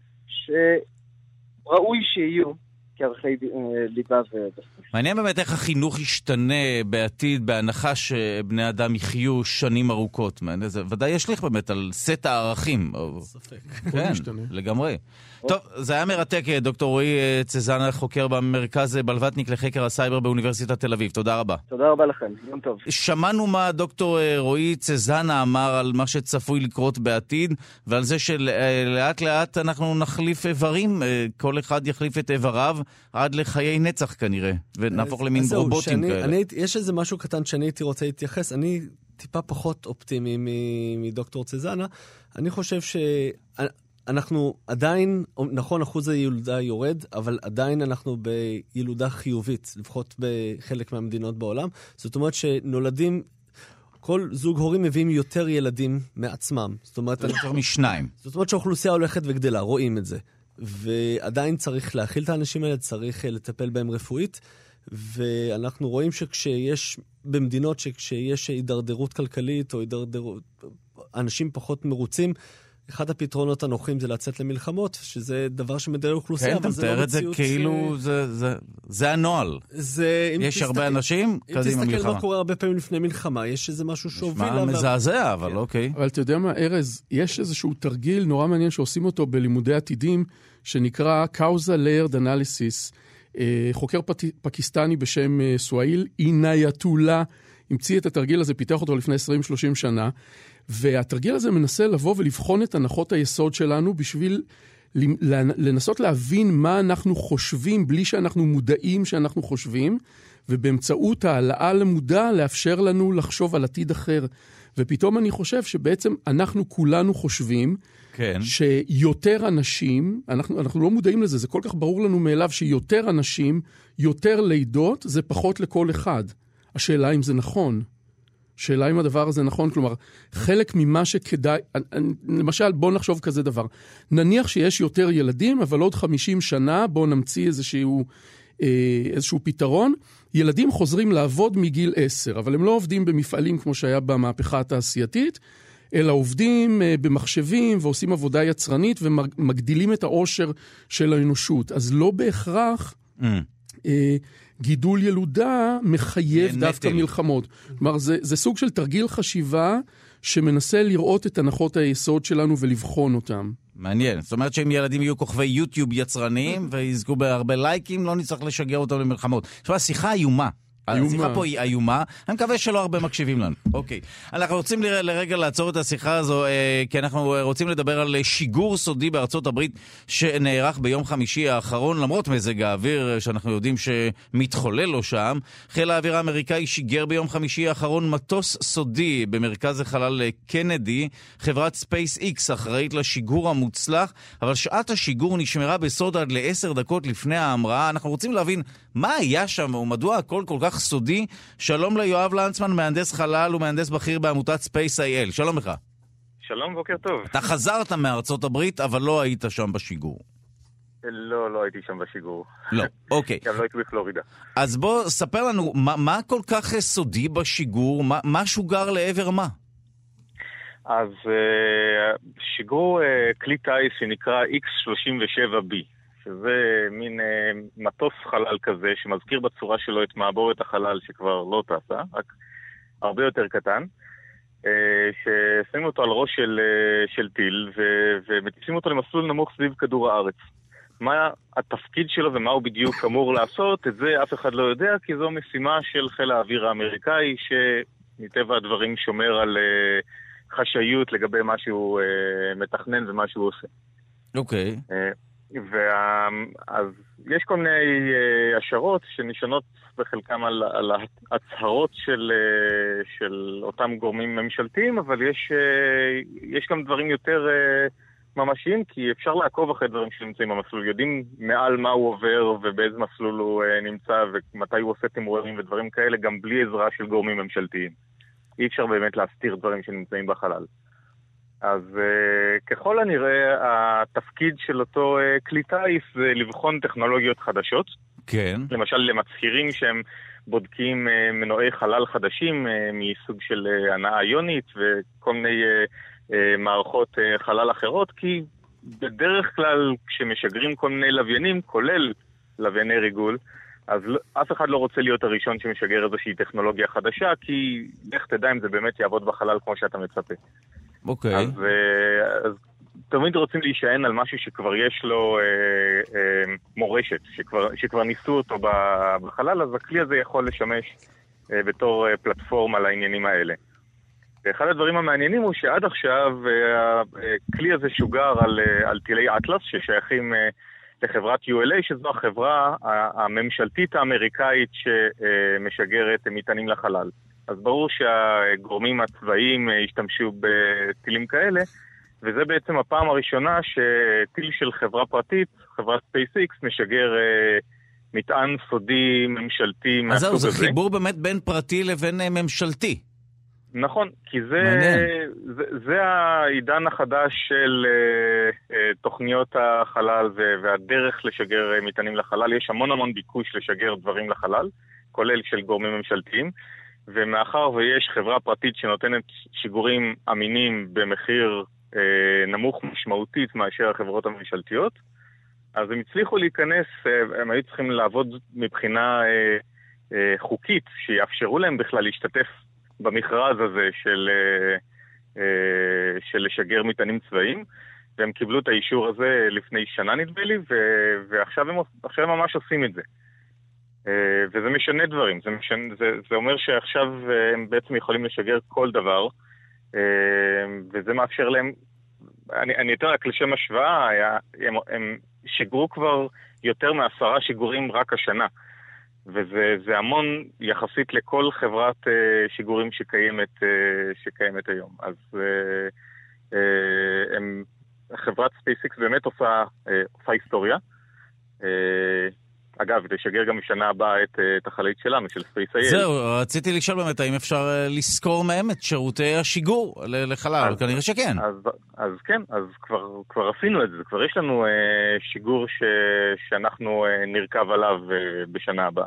שראוי שיהיו כערכי ליבה ובסוף. מעניין באמת איך החינוך ישתנה בעתיד, בהנחה שבני אדם יחיו שנים ארוכות. זה ודאי ישליך באמת על סט הערכים. ספק. כן, לגמרי. טוב, זה היה מרתק, דוקטור רועי צזנה, חוקר במרכז בלווטניק לחקר הסייבר באוניברסיטת תל אביב. תודה רבה. תודה רבה לכם, יום טוב. שמענו מה דוקטור רועי צזנה אמר על מה שצפוי לקרות בעתיד, ועל זה שלאט לאט אנחנו נחליף איברים, כל אחד יחליף את איבריו, עד לחיי נצח כנראה, ונהפוך למין רובוטים כאלה. אני, יש איזה משהו קטן שאני הייתי רוצה להתייחס, אני טיפה פחות אופטימי מדוקטור צזנה, אני חושב שאנחנו עדיין, נכון, אחוז הילודה יורד, אבל עדיין אנחנו בילודה חיובית, לפחות בחלק מהמדינות בעולם, זאת אומרת שנולדים, כל זוג הורים מביאים יותר ילדים מעצמם. זאת אומרת, יותר משניים. זאת אומרת שהאוכלוסייה הולכת וגדלה, רואים את זה. ועדיין צריך להכיל את האנשים האלה, צריך לטפל בהם רפואית, ואנחנו רואים שכשיש, במדינות שכשיש הידרדרות כלכלית או הידרדרות, אנשים פחות מרוצים, אחד הפתרונות הנוחים זה לצאת למלחמות, שזה דבר שמדלל אוכלוסייה, כן, אתה מתאר את זה כאילו, ש... זה, זה, זה הנועל. זה, יש תסתכל, הרבה אנשים, קדימה מלחמה. אם תסתכל מה קורה הרבה פעמים לפני מלחמה, יש איזה משהו שהוביל. מה מזעזע, אבל כן. אוקיי. אבל אתה יודע מה, ארז, יש איזשהו תרגיל נורא מעניין שעושים אותו בלימודי עתידים, שנקרא Causal Layered Analysis. חוקר פקיסטני בשם סואיל אינייתולה, המציא את התרגיל הזה, פיתח אותו לפני עשרים שלושים שנה, והתרגיל הזה מנסה לבוא ולבחון את הנחות היסוד שלנו בשביל לנסות להבין מה אנחנו חושבים בלי שאנחנו מודעים שאנחנו חושבים, ובאמצעות העלאה למודע לאפשר לנו לחשוב על עתיד אחר. ופתאום אני חושב שבעצם אנחנו כולנו חושבים כן. שיותר אנשים, אנחנו, אנחנו לא מודעים לזה, זה כל כך ברור לנו מאליו שיותר אנשים, יותר לידות, זה פחות לכל אחד. השאלה אם זה נכון. שאלה אם הדבר הזה נכון, כלומר, חלק ממה שכדאי, למשל, בוא נחשוב כזה דבר. נניח שיש יותר ילדים, אבל עוד חמישים שנה, בוא נמציא איזשהו, איזשהו פתרון. ילדים חוזרים לעבוד מגיל עשר, אבל הם לא עובדים במפעלים כמו שהיה במהפכה התעשייתית, אלא עובדים במחשבים ועושים עבודה יצרנית ומגדילים את העושר של האנושות. אז לא בהכרח mm. אה, גידול ילודה מחייב דווקא מלחמות. כלומר, זה, זה סוג של תרגיל חשיבה שמנסה לראות את הנחות היסוד שלנו ולבחון אותם. מעניין. זאת אומרת שאם ילדים יהיו כוכבי יוטיוב יצרניים ויזכו בהרבה לייקים, לא נצטרך לשגר אותם למלחמות. עכשיו, השיחה איומה. השיחה פה היא איומה, אני מקווה שלא הרבה מקשיבים לנו. אוקיי. אנחנו רוצים לרגע לעצור את השיחה הזו, כי אנחנו רוצים לדבר על שיגור סודי בארצות הברית שנערך ביום חמישי האחרון, למרות מזג האוויר שאנחנו יודעים שמתחולל לו שם. חיל האוויר האמריקאי שיגר ביום חמישי האחרון מטוס סודי במרכז החלל קנדי. חברת ספייס איקס אחראית לשיגור המוצלח, אבל שעת השיגור נשמרה בסוד עד לעשר דקות לפני ההמראה. אנחנו רוצים להבין מה היה שם ומדוע הכל כל כך סודי. שלום ליואב לנצמן, מהנדס חלל ומהנדס בכיר בעמותת ספייס איי אל. שלום לך. שלום, בוקר טוב. אתה חזרת מארצות הברית, אבל לא היית שם בשיגור. לא, לא הייתי שם בשיגור. לא, אוקיי. גם לא הייתי בפלורידה. אז בוא, ספר לנו, מה, מה כל כך סודי בשיגור? מה, מה שוגר לעבר מה? אז שיגרו כלי טייס שנקרא איקס שלושים ושבע בי. שזה מין אה, מטוס חלל כזה שמזכיר בצורה שלו את מעבורת החלל שכבר לא טסה, רק הרבה יותר קטן, אה, ששמים אותו על ראש של, אה, של טיל ו- ומטיסים אותו למסלול נמוך סביב כדור הארץ. מה התפקיד שלו ומה הוא בדיוק אמור לעשות, את זה אף אחד לא יודע, כי זו משימה של חיל האוויר האמריקאי שמטבע הדברים שומר על אה, חשאיות לגבי מה שהוא אה, מתכנן ומה שהוא עושה. אוקיי. Okay. אה, ואז יש כל מיני השערות שנשענות בחלקם על, על ההצהרות של, של אותם גורמים ממשלתיים, אבל יש, יש גם דברים יותר ממשיים, כי אפשר לעקוב אחרי דברים שנמצאים במסלול. יודעים מעל מה הוא עובר ובאיזה מסלול הוא נמצא ומתי הוא עושה תמרורים ודברים כאלה, גם בלי עזרה של גורמים ממשלתיים. אי אפשר באמת להסתיר דברים שנמצאים בחלל. אז uh, ככל הנראה, התפקיד של אותו uh, כלי טייס זה לבחון טכנולוגיות חדשות. כן. למשל, למצחירים שהם בודקים uh, מנועי חלל חדשים uh, מסוג של uh, הנעה איונית וכל מיני uh, uh, מערכות uh, חלל אחרות, כי בדרך כלל כשמשגרים כל מיני לוויינים, כולל לווייני ריגול, אז אף אחד לא רוצה להיות הראשון שמשגר איזושהי טכנולוגיה חדשה, כי לך תדע אם זה באמת יעבוד בחלל כמו שאתה מצפה. אוקיי. אז, אז תמיד רוצים להישען על משהו שכבר יש לו אה, אה, מורשת, שכבר, שכבר ניסו אותו בחלל, אז הכלי הזה יכול לשמש אה, בתור אה, פלטפורמה לעניינים האלה. אחד הדברים המעניינים הוא שעד עכשיו אה, הכלי הזה שוגר על, אה, על טילי אטלס ששייכים אה, לחברת יו אל איי, שזו החברה הממשלתית האמריקאית שמשגרת מטענים לחלל. אז ברור שהגורמים הצבאיים השתמשו בטילים כאלה, וזה בעצם הפעם הראשונה שטיל של חברה פרטית, חברת SpaceX, משגר מטען סודי ממשלתי מהסוג הזה. אז זהו, זה חיבור באמת בין פרטי לבין ממשלתי. נכון, כי זה, זה, זה העידן החדש של uh, uh, תוכניות החלל והדרך לשגר uh, מטענים לחלל. יש המון המון ביקוש לשגר דברים לחלל, כולל של גורמים ממשלתיים, ומאחר ויש חברה פרטית שנותנת שיגורים אמינים במחיר uh, נמוך משמעותית מאשר החברות הממשלתיות, אז הם הצליחו להיכנס, uh, הם היו צריכים לעבוד מבחינה uh, uh, חוקית, שיאפשרו להם בכלל להשתתף במכרז הזה של, של לשגר מטענים צבאיים, והם קיבלו את האישור הזה לפני שנה נדמה לי, ועכשיו הם, עכשיו הם ממש עושים את זה. וזה משנה דברים, זה, משנה, זה, זה אומר שעכשיו הם בעצם יכולים לשגר כל דבר, וזה מאפשר להם, אני, אני אתן רק לשם השוואה, הם, הם שיגרו כבר יותר מעשרה שיגורים רק השנה, וזה זה המון יחסית לכל חברת uh, שיגורים שקיימת, uh, שקיימת היום. אז uh, uh, הם, חברת SpaceX באמת עושה, uh, עושה היסטוריה. Uh, אגב, תשגר גם בשנה הבאה את, uh, את החללית שלנו, של SpaceX. זהו, רציתי לשאול באמת, האם אפשר uh, לזכור מהם את שירותי השיגור לחלל? כנראה שכן. אז, אז כן, אז כבר, כבר עשינו את זה. כבר יש לנו uh, שיגור ש, שאנחנו uh, נרכב עליו uh, בשנה הבאה.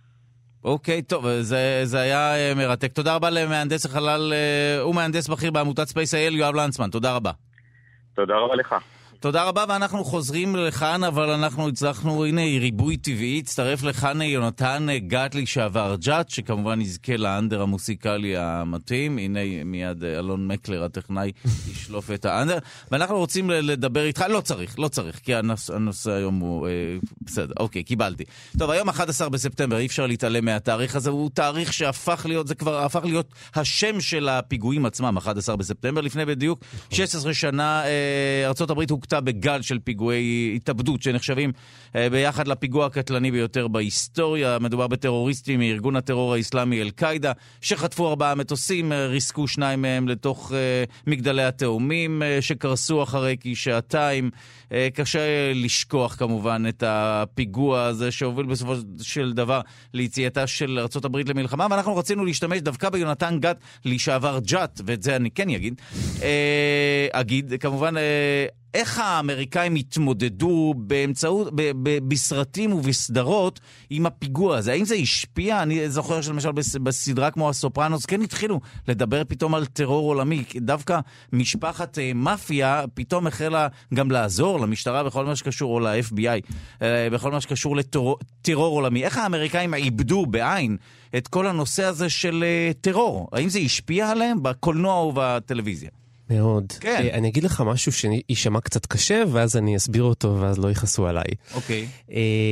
אוקיי, טוב, זה, זה היה uh, מרתק. תודה רבה למהנדס החלל, uh, הוא מהנדס בכיר בעמותת SpaceX, יואב לנצמן. תודה רבה. תודה רבה לך. תודה רבה, ואנחנו חוזרים לכאן, אבל אנחנו הצלחנו, הנה, ריבוי טבעי, הצטרף לכאן יונתן גטלי שעבר ג'אט, שכמובן יזכה לאנדר המוסיקלי המתאים. הנה מיד אלון מקלר, הטכנאי, ישלוף את האנדר. ואנחנו רוצים לדבר איתך, לא צריך, לא צריך, כי הנושא, הנושא היום הוא, אה, בסדר, אוקיי, קיבלתי. טוב, היום אחד עשר בספטמבר, אי אפשר להתעלם מהתאריך הזה, הוא תאריך שהפך להיות, זה כבר הפך להיות השם של הפיגועים עצמם, אחד עשר בספטמבר, לפני בדיוק שש עשרה שנה, אה, ארצות הברית הוקטה בגל של פיגועי התאבדות שנחשבים אה, ביחד לפיגוע הקטלני ביותר בהיסטוריה. מדובר בטרוריסטים מארגון הטרור האסלאמי אל-קאידה, שחטפו ארבעה מטוסים, אה, ריסקו שניים מהם לתוך אה, מגדלי התאומים, אה, שקרסו אחרי כשעתיים. אה, קשה לשכוח כמובן את הפיגוע הזה שהוביל בסופו של דבר ליציאתה של ארצות הברית למלחמה, ואנחנו רצינו להשתמש דווקא ביונתן גת לשעבר ג'אט, ואת זה אני כן אגיד. אה, אגיד, כמובן, אה, איך האמריקאים התמודדו באמצעות, ב, ב, בסרטים ובסדרות עם הפיגוע הזה? האם זה השפיע? אני זוכר שלמשל בסדרה כמו הסופרנוס, כן התחילו לדבר פתאום על טרור עולמי. דווקא משפחת אה, מאפיה פתאום החלה גם לעזור למשטרה בכל מה שקשור, או ל-אף בי איי, אה, בכל מה שקשור לטרור עולמי. איך האמריקאים עיבדו בעין את כל הנושא הזה של אה, טרור? האם זה השפיע עליהם בקולנוע ובטלוויזיה? מאוד. כן. Uh, אני אגיד לך משהו שישמע קצת קשה, ואז אני אסביר אותו, ואז לא יכעסו עליי. אוקיי. Uh,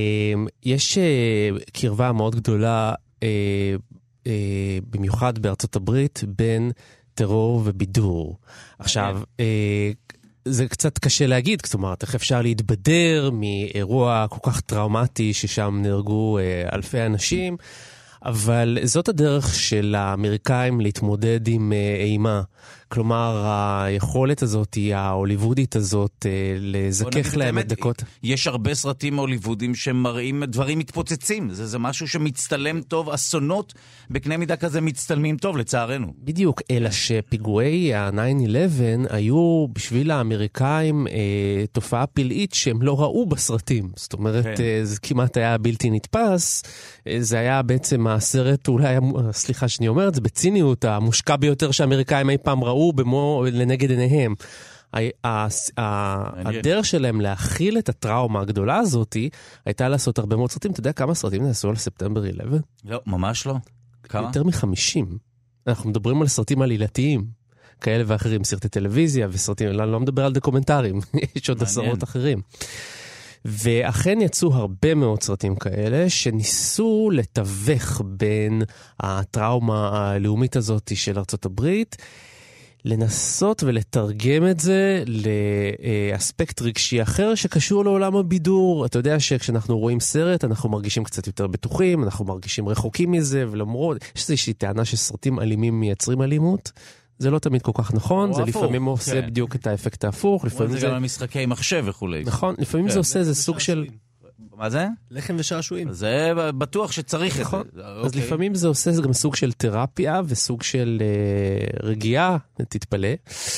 יש uh, קרבה מאוד גדולה, uh, uh, במיוחד בארצות הברית, בין טרור ובידור. עכשיו, uh, זה קצת קשה להגיד, זאת אומרת, איך אפשר להתבדר מאירוע כל כך טראומטי, ששם נהרגו uh, אלפי אנשים, אבל זאת הדרך של האמריקאים להתמודד עם אימה. כלומר, היכולת הזאת, ההוליוודית הזאת, לזכך להם את דקות. יש הרבה סרטים הוליוודיים שמראים דברים מתפוצצים. זה, זה משהו שמצטלם טוב, אסונות בקנה מידה כזה מצטלמים טוב, לצערנו. בדיוק, אלא שפיגועי ה-תשע אחת עשרה היו בשביל האמריקאים אה, תופעה פלאית שהם לא ראו בסרטים. זאת אומרת, כן. אה, זה כמעט היה בלתי נתפס. אה, זה היה בעצם הסרט, אולי, סליחה שאני אומר את זה, בציניות, המושקע ביותר שהאמריקאים אי פעם ראו במו, לנגד עיניהם. הדרך שלהם להכיל את הטראומה הגדולה הזאת הייתה לעשות הרבה מאוד סרטים. אתה יודע כמה סרטים נעשו על ספטמבר אחת עשרה? לא, ממש לא. כמה? יותר מ-חמישים. אנחנו מדברים על סרטים עלילתיים, כאלה ואחרים, סרטי טלוויזיה וסרטים, אני לא מדבר על דוקומנטרים, יש עוד עשרות אחרים. ואכן יצאו הרבה מאוד סרטים כאלה שניסו לתווך בין הטראומה הלאומית הזאת של ארצות הברית, לנסות ולתרגם את זה לאספקט רגשי אחר שקשור לעולם הבידור. אתה יודע שכשאנחנו רואים סרט, אנחנו מרגישים קצת יותר בטוחים, אנחנו מרגישים רחוקים מזה, ולמרות, יש איזושהי טענה שסרטים אלימים מייצרים אלימות, זה לא תמיד כל כך נכון, זה לפעמים עושה בדיוק את האפקט ההפוך. זה גם המשחקי מחשב וכו'. נכון, לפעמים זה עושה איזה סוג של... מה זה? לחם ושעשועים. זה בטוח שצריך את זה. אז לפעמים זה עושה גם סוג של תרפיה וסוג של רגיעה, תתפלא.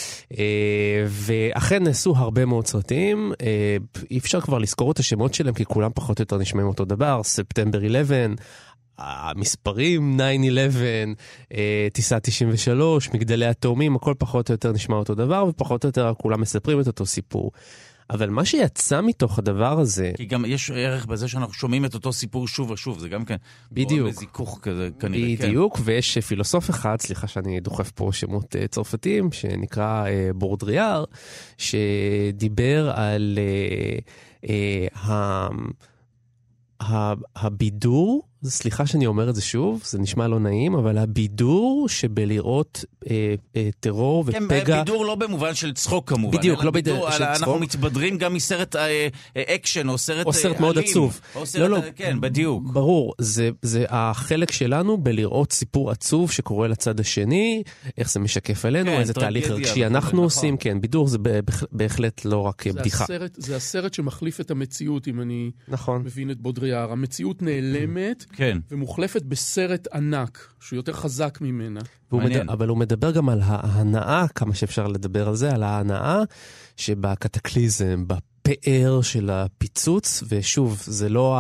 ואכן נעשו הרבה מאוד סרטים, אי אפשר כבר לזכור את השמות שלהם, כי כולם פחות או יותר נשמעים אותו דבר, ספטמבר אחת עשרה, המספרים תשע אחת, טיסה תשעים ושלוש, מגדלי התאומים, הכל פחות או יותר נשמע אותו דבר, ופחות או יותר כולם מספרים את אותו סיפור. אבל מה שיצא מתוך הדבר הזה... כי גם יש ערך בזה שאנחנו שומעים את אותו סיפור שוב ושוב, זה גם כן... בדיוק. בזיכוך כזה, כנראה, כן. בדיוק, ויש פילוסוף אחד, סליחה שאני דוחף פה שמות uh, צרפתיים, שנקרא uh, בורדריאר, שדיבר על uh, uh, ה... הבידור, סליחה שאני אומר את זה שוב, זה נשמע לא נעים, אבל הבידור שבלראות אה, אה, טרור ופגע... כן, בידור לא במובן של צחוק כמובן. בדיוק, לא בידור של צחוק. אנחנו מתבדרים גם מסרט אה, אה, אקשן או סרט, או סרט אה, מאוד אלים. עצוב. או סרט, לא, לא, כן, בדיוק. ברור, זה, זה החלק שלנו בלראות סיפור עצוב שקורה לצד השני, איך זה משקף עלינו, כן, איזה תהליך רגשי אנחנו נכון. עושים, כן, בידור זה בהחלט לא רק זה בדיחה. הסרט, זה הסרט שמחליף את המציאות, אם אני נכון. מבין את בודריאר. המציאות נעלמת, כן. ומוחלפת בסרט ענק, שהוא יותר חזק ממנה. מדבר, אבל הוא מדבר גם על ההנאה, כמה שאפשר לדבר על זה, על ההנאה שבקטקליזם, בפאר של הפיצוץ, ושוב, זה לא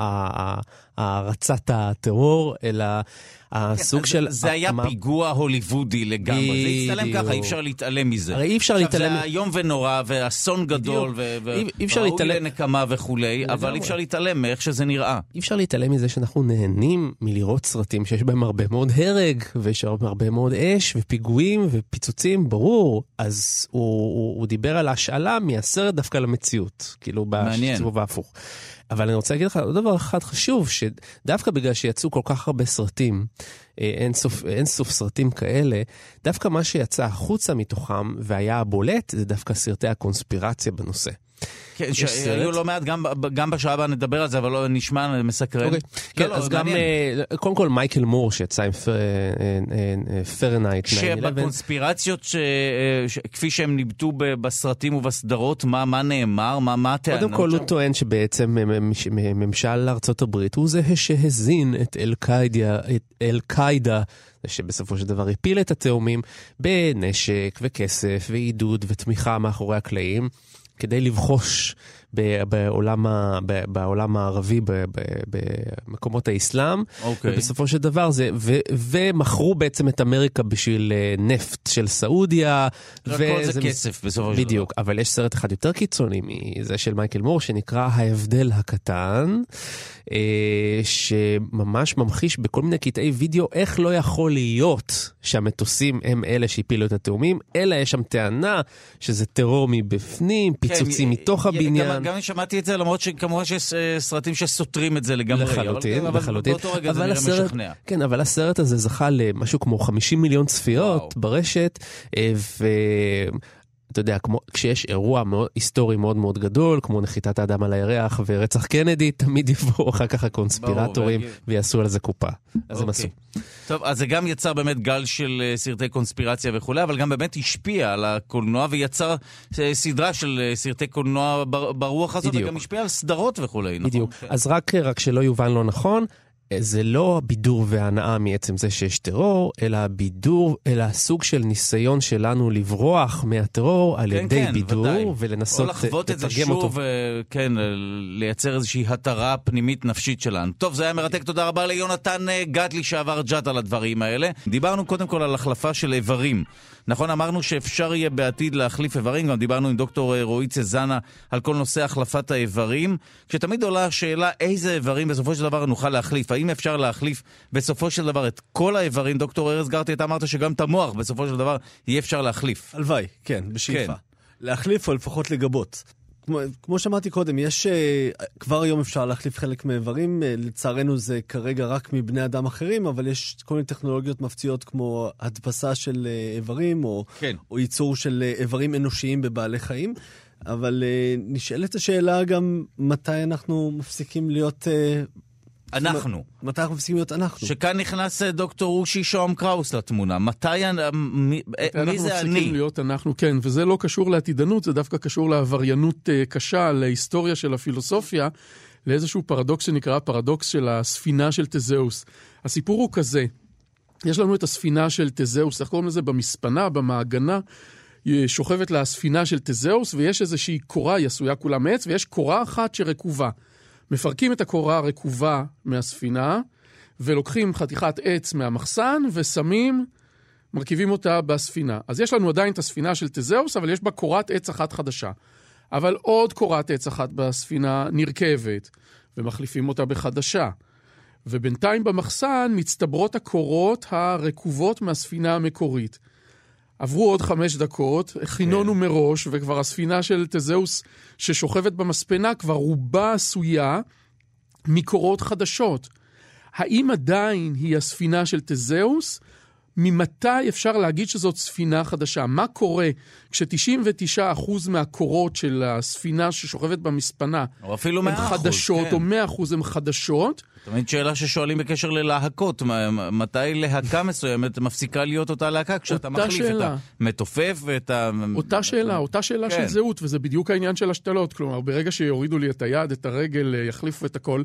הרצת הטרור, אלא הסוג של... זה היה פיגוע הוליוודי לגמרי, זה הצטלם ככה, אי אפשר להתעלם מזה. הרי אי אפשר להתעלם... זה היום ונורא, ואסון גדול, וראוי לנקמה וכולי, אבל אי אפשר להתעלם מאיך שזה נראה. אי אפשר להתעלם מזה שאנחנו נהנים מלראות סרטים שיש בהם הרבה מאוד הרג, ויש הרבה מאוד אש, ופיגועים, ופיצוצים, ברור. אז הוא דיבר על ההשאלה מהסרט דווקא למציאות, כאילו בסיבוב ההפוך. אבל אני רוצה להגיד לך עוד דבר אחד חשוב, שדווקא בגלל שיצאו כל כך הרבה סרטים, אין סוף, אין סוף סרטים כאלה, דווקא מה שיצא החוצה מתוכם והיה הבולט, זה דווקא סרטי הקונספירציה בנושא. כן, שהיו לא מעט, גם, גם בשעה הבאה נדבר על זה, אבל לא נשמע מסקרן. אוקיי. כן, לא, אז לא, גם, קודם כל מייקל מור שיצא עם פרנייט תשע אחת עשרה. שבקונספירציות, כפי שהם ניבטו בסרטים ובסדרות, מה, מה נאמר, מה, מה הטענות? קודם כל הוא טוען שבעצם ממשל ארצות הברית הוא זה שהזין את אל-קאידה, את אל-קאידה, שבסופו של דבר הפיל את התאומים בנשק וכסף ועידוד ותמיכה מאחורי הקלעים, כדי לבחוש בעולם, ה, בעולם הערבי, במקומות האסלאם, okay. ובסופו של דבר זה, ו, ומכרו בעצם את אמריקה בשביל נפט של סעודיה. הכל זה כסף בסופו של דבר. בדיוק, אבל יש סרט אחד יותר קיצוני מזה של מייקל מור, שנקרא ההבדל הקטן, שממש ממחיש בכל מיני קטעי וידאו, איך לא יכול להיות שהמטוסים הם אלה שהפילו את התאומים, אלא יש שם טענה שזה טרור מבפנים, פיצוצים מתוך הבניין. גם אני שמעתי את זה, למרות שכמובן שיש סרטים שסותרים את זה לגמרי. לחלוטין, לחלוטין. באותו רגע זה נראה משכנע. כן, אבל הסרט הזה זכה למשהו כמו חמישים מיליון צפיות ברשת, ו... אתה יודע, כמו, כשיש אירוע מאוד, היסטורי מאוד מאוד גדול, כמו נחיתת האדם על הירח ורצח קנדי, תמיד יבואו אחר כך הקונספירטורים ויעשו על זה קופה. אז הם עשו. טוב, אז זה גם יצר באמת גל של סרטי קונספירציה וכו', אבל גם באמת השפיע על הקולנוע ויצר סדרה של סרטי קולנוע ברוח הזאת, וגם השפיע על סדרות וכו'. בדיוק. אז רק, רק שלא יובן לא נכון, זה לא הבידור וההנאה מעצם זה שיש טרור, אלא הבידור, אלא הסוג של ניסיון שלנו לברוח מהטרור על כן, ידי כן, בידור, ודאי. ולנסות לתרגם אותו. או לחוות את זה שוב, כן, לייצר איזושהי התרה פנימית נפשית שלנו. טוב, זה היה מרתק, תודה רבה ליונתן גדלי שעבר ג'ת על הדברים האלה. דיברנו קודם כל על החלפה של איברים. נכון, אמרנו שאפשר יהיה בעתיד להחליף איברים, גם דיברנו עם דוקטור רועי צזנה על כל נושא החלפת האיברים, כשתמיד עולה השאלה איזה איברים בסופו של דבר נוכל להחליף. האם אפשר להחליף בסופו של דבר את כל האיברים? דוקטור ארז גרטי, אתה אמרת שגם את המוח בסופו של דבר יהיה אפשר להחליף. הלוואי, כן, בשאיפה. כן. להחליף או לפחות לגבות. כמו, כמו שאמרתי קודם, יש, כבר היום אפשר להחליף חלק מאיברים, לצערנו זה כרגע רק מבני אדם אחרים, אבל יש כל מיני טכנולוגיות מפציעות כמו הדפסה של איברים, או, כן. או ייצור של איברים אנושיים בבעלי חיים. אבל נשאלת השאלה גם מתי אנחנו מפסיקים להיות... אנחנו. מתי אנחנו מפסיקים להיות אנחנו? שכאן נכנס דוקטור רושי שום קראוס לתמונה. מתי, מי, מי זה אני? מפסיקים להיות אנחנו, כן, וזה לא קשור לעתידנות, זה דווקא קשור לעבריינות קשה, להיסטוריה של הפילוסופיה, לאיזשהו פרדוקס שנקרא פרדוקס של הספינה של תזאוס. הסיפור הוא כזה, יש לנו את הספינה של תזאוס, איך קוראים לזה? במספנה, במעגנה, שוכבת לה הספינה של תזאוס, ויש איזושהי קורה, היא עשויה כולה מעץ, ויש קורה אחת שרקובה. מפרקים את הקורה הרקובה מהספינה, ולוקחים חתיכת עץ מהמחסן, ושמים, מרכיבים אותה בספינה. אז יש לנו עדיין את הספינה של תזאוס, אבל יש בה קורת עץ אחת חדשה. אבל עוד קורת עץ אחת בספינה נרכבת, ומחליפים אותה בחדשה. ובינתיים במחסן מצטברות הקורות הרקובות מהספינה המקורית. עברו עוד חמש דקות, הכינונו מראש, וכבר הספינה של תזאוס ששוכבת במספנה, כבר רובה עשויה מקורות חדשות. האם עדיין היא הספינה של תזאוס? ממתי אפשר להגיד שזאת ספינה חדשה? מה קורה כש-תשעים ותשעה אחוז מהקורות של הספינה ששוכבת במספנה הן חדשות, כן. או מאה אחוז הן חדשות? תמיד שאלה ששואלים בקשר ללהקות, מתי להקה מסוימת מפסיקה להיות אותה להקה, כשאתה מחליף שאלה. את המתופף ואת ה... אותה שאלה, אותה שאלה כן. של זהות, וזה בדיוק העניין של השתלות. כלומר, ברגע שיורידו לי את היד, את הרגל, יחליפו את הכל,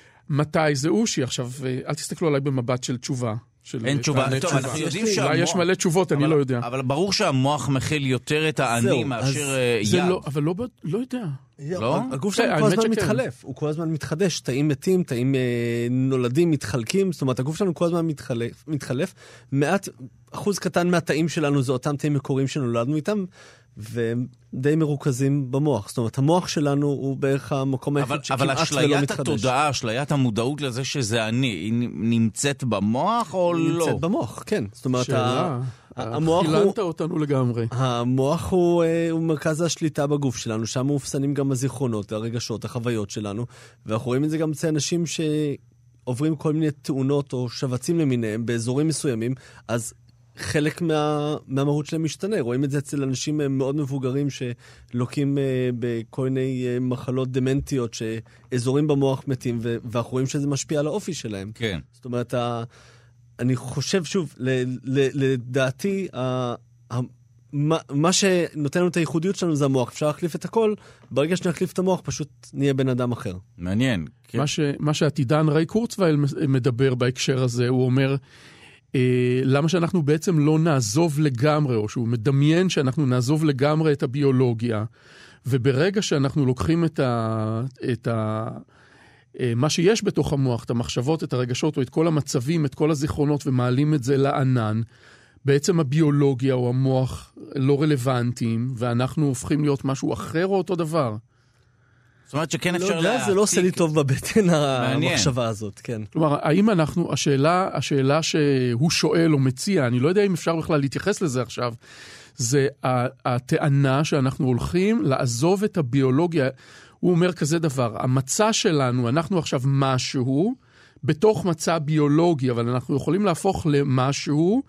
מתי זה אושי? עכשיו, אל תסתכלו עליי במבט של תשובה. אין תשובה. טוב, אנחנו יודעים שהמוח... יש מלא תשובות, אני לא יודע. אבל ברור שהמוח מכיל יותר את האני מאשר יד. אבל לא יודע. לא? הגוף שלנו כל הזמן מתחלף, הוא כל הזמן מתחדש, תאים מתים, תאים נולדים, מתחלקים, זאת אומרת, הגוף שלנו כל הזמן מתחלף. מעט, אחוז קטן מהתאים שלנו זה אותם תאים מקוריים שנולדנו איתם, והם די מרוכזים במוח. זאת אומרת, המוח שלנו הוא בערך המקום היחיד שכמעט ולא מתחדש. אבל אשליית התודעה, אשליית המודעות לזה שזה אני, היא נמצאת במוח או לא? נמצאת במוח, כן. זאת אומרת, שאלה, חילנת אותנו לגמרי. המוח הוא, הוא מרכז השליטה בגוף שלנו, שם מופסנים גם הזיכרונות, הרגשות, החוויות שלנו, ואנחנו רואים את זה גם אצל אנשים שעוברים כל מיני תאונות או שבצים למיניהם באזורים מסוימים, אז חלק מה, מהמהות שלהם משתנה. רואים את זה אצל אנשים מאוד מבוגרים שלוקים בכל מיני מחלות דמנטיות שאזורים במוח מתים, ואנחנו רואים שזה משפיע על האופי שלהם. כן. זאת אומרת, אני חושב שוב, לדעתי, מה, מה שנותן לנו את הייחודיות שלנו זה המוח. אפשר להחליף את הכל, ברגע שנחליף את המוח פשוט נהיה בן אדם אחר. מעניין. כן. מה, ש, מה שעתידן ריי קורצווייל מדבר בהקשר הזה, הוא אומר, אה, למה שאנחנו בעצם לא נעזוב לגמרי, או שהוא מדמיין שאנחנו נעזוב לגמרי את הביולוגיה, וברגע שאנחנו לוקחים את ה... את ה מה שיש בתוך המוח, את המחשבות, את הרגשות, או את כל המצבים, את כל הזיכרונות, ומעלים את זה לענן, בעצם הביולוגיה או המוח לא רלוונטיים, ואנחנו הופכים להיות משהו אחר או אותו דבר. זאת אומרת שכן אפשר להעתיק. זה לא עושה לי טוב בבטן המחשבה הזאת, כן. כלומר, האם אנחנו, השאלה, השאלה שהוא שואל או מציע, אני לא יודע אם אפשר בכלל להתייחס לזה עכשיו, זה הטענה שאנחנו הולכים לעזוב את הביולוגיה. הוא אומר כזה דבר, המצע שלנו, אנחנו עכשיו משהו, בתוך מצע ביולוגי, אבל אנחנו יכולים להפוך למשהו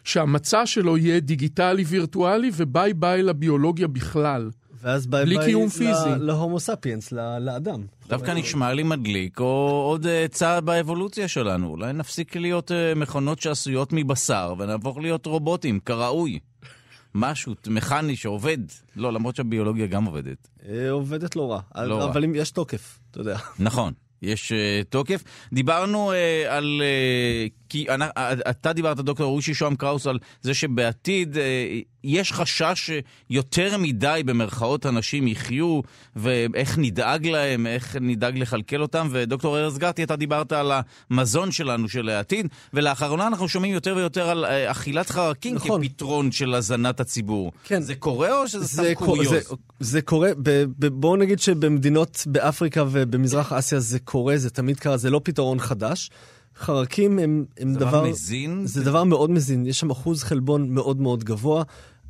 שהמצע שלו יהיה דיגיטלי וירטואלי, וביי ביי לביולוגיה בכלל. ואז ביי ביי להומו ספיאנס, לאדם. דווקא נשמע לי מדליק, או עוד צעד באבולוציה שלנו. אולי נפסיק להיות מכונות שעשויות מבשר, ונהפוך להיות רובוטים, כראוי. משהו מכני שעובד. לא, למרות שהביולוגיה גם עובדת. עובדת לא רע, אבל אם יש תוקף, אתה יודע. נכון. יש uh, תוקף. דיברנו uh, על... Uh, כי uh, אתה דיברת, דוקטור רושי שום קראוס, על זה שבעתיד uh, יש חשש שיותר מדי במרכאות אנשים יחיו, ואיך נדאג להם, איך נדאג לחלקל אותם, ודוקטור ארז גרטי, אתה דיברת על המזון שלנו של העתיד, ולאחרונה אנחנו שומעים יותר ויותר על uh, אכילת חרקים נכון. כפתרון של הזנת הציבור. כן. זה קורה או שזה סתם קוריוז? זה, זה קורה, ב, ב, בואו נגיד שבמדינות באפריקה ובמזרח אסיה זה קורה, זה תמיד קרה, זה לא פתרון חדש. חרקים הם, הם זה דבר... דבר מזין? זה דבר מאוד מזין. יש שם אחוז חלבון מאוד מאוד גבוה.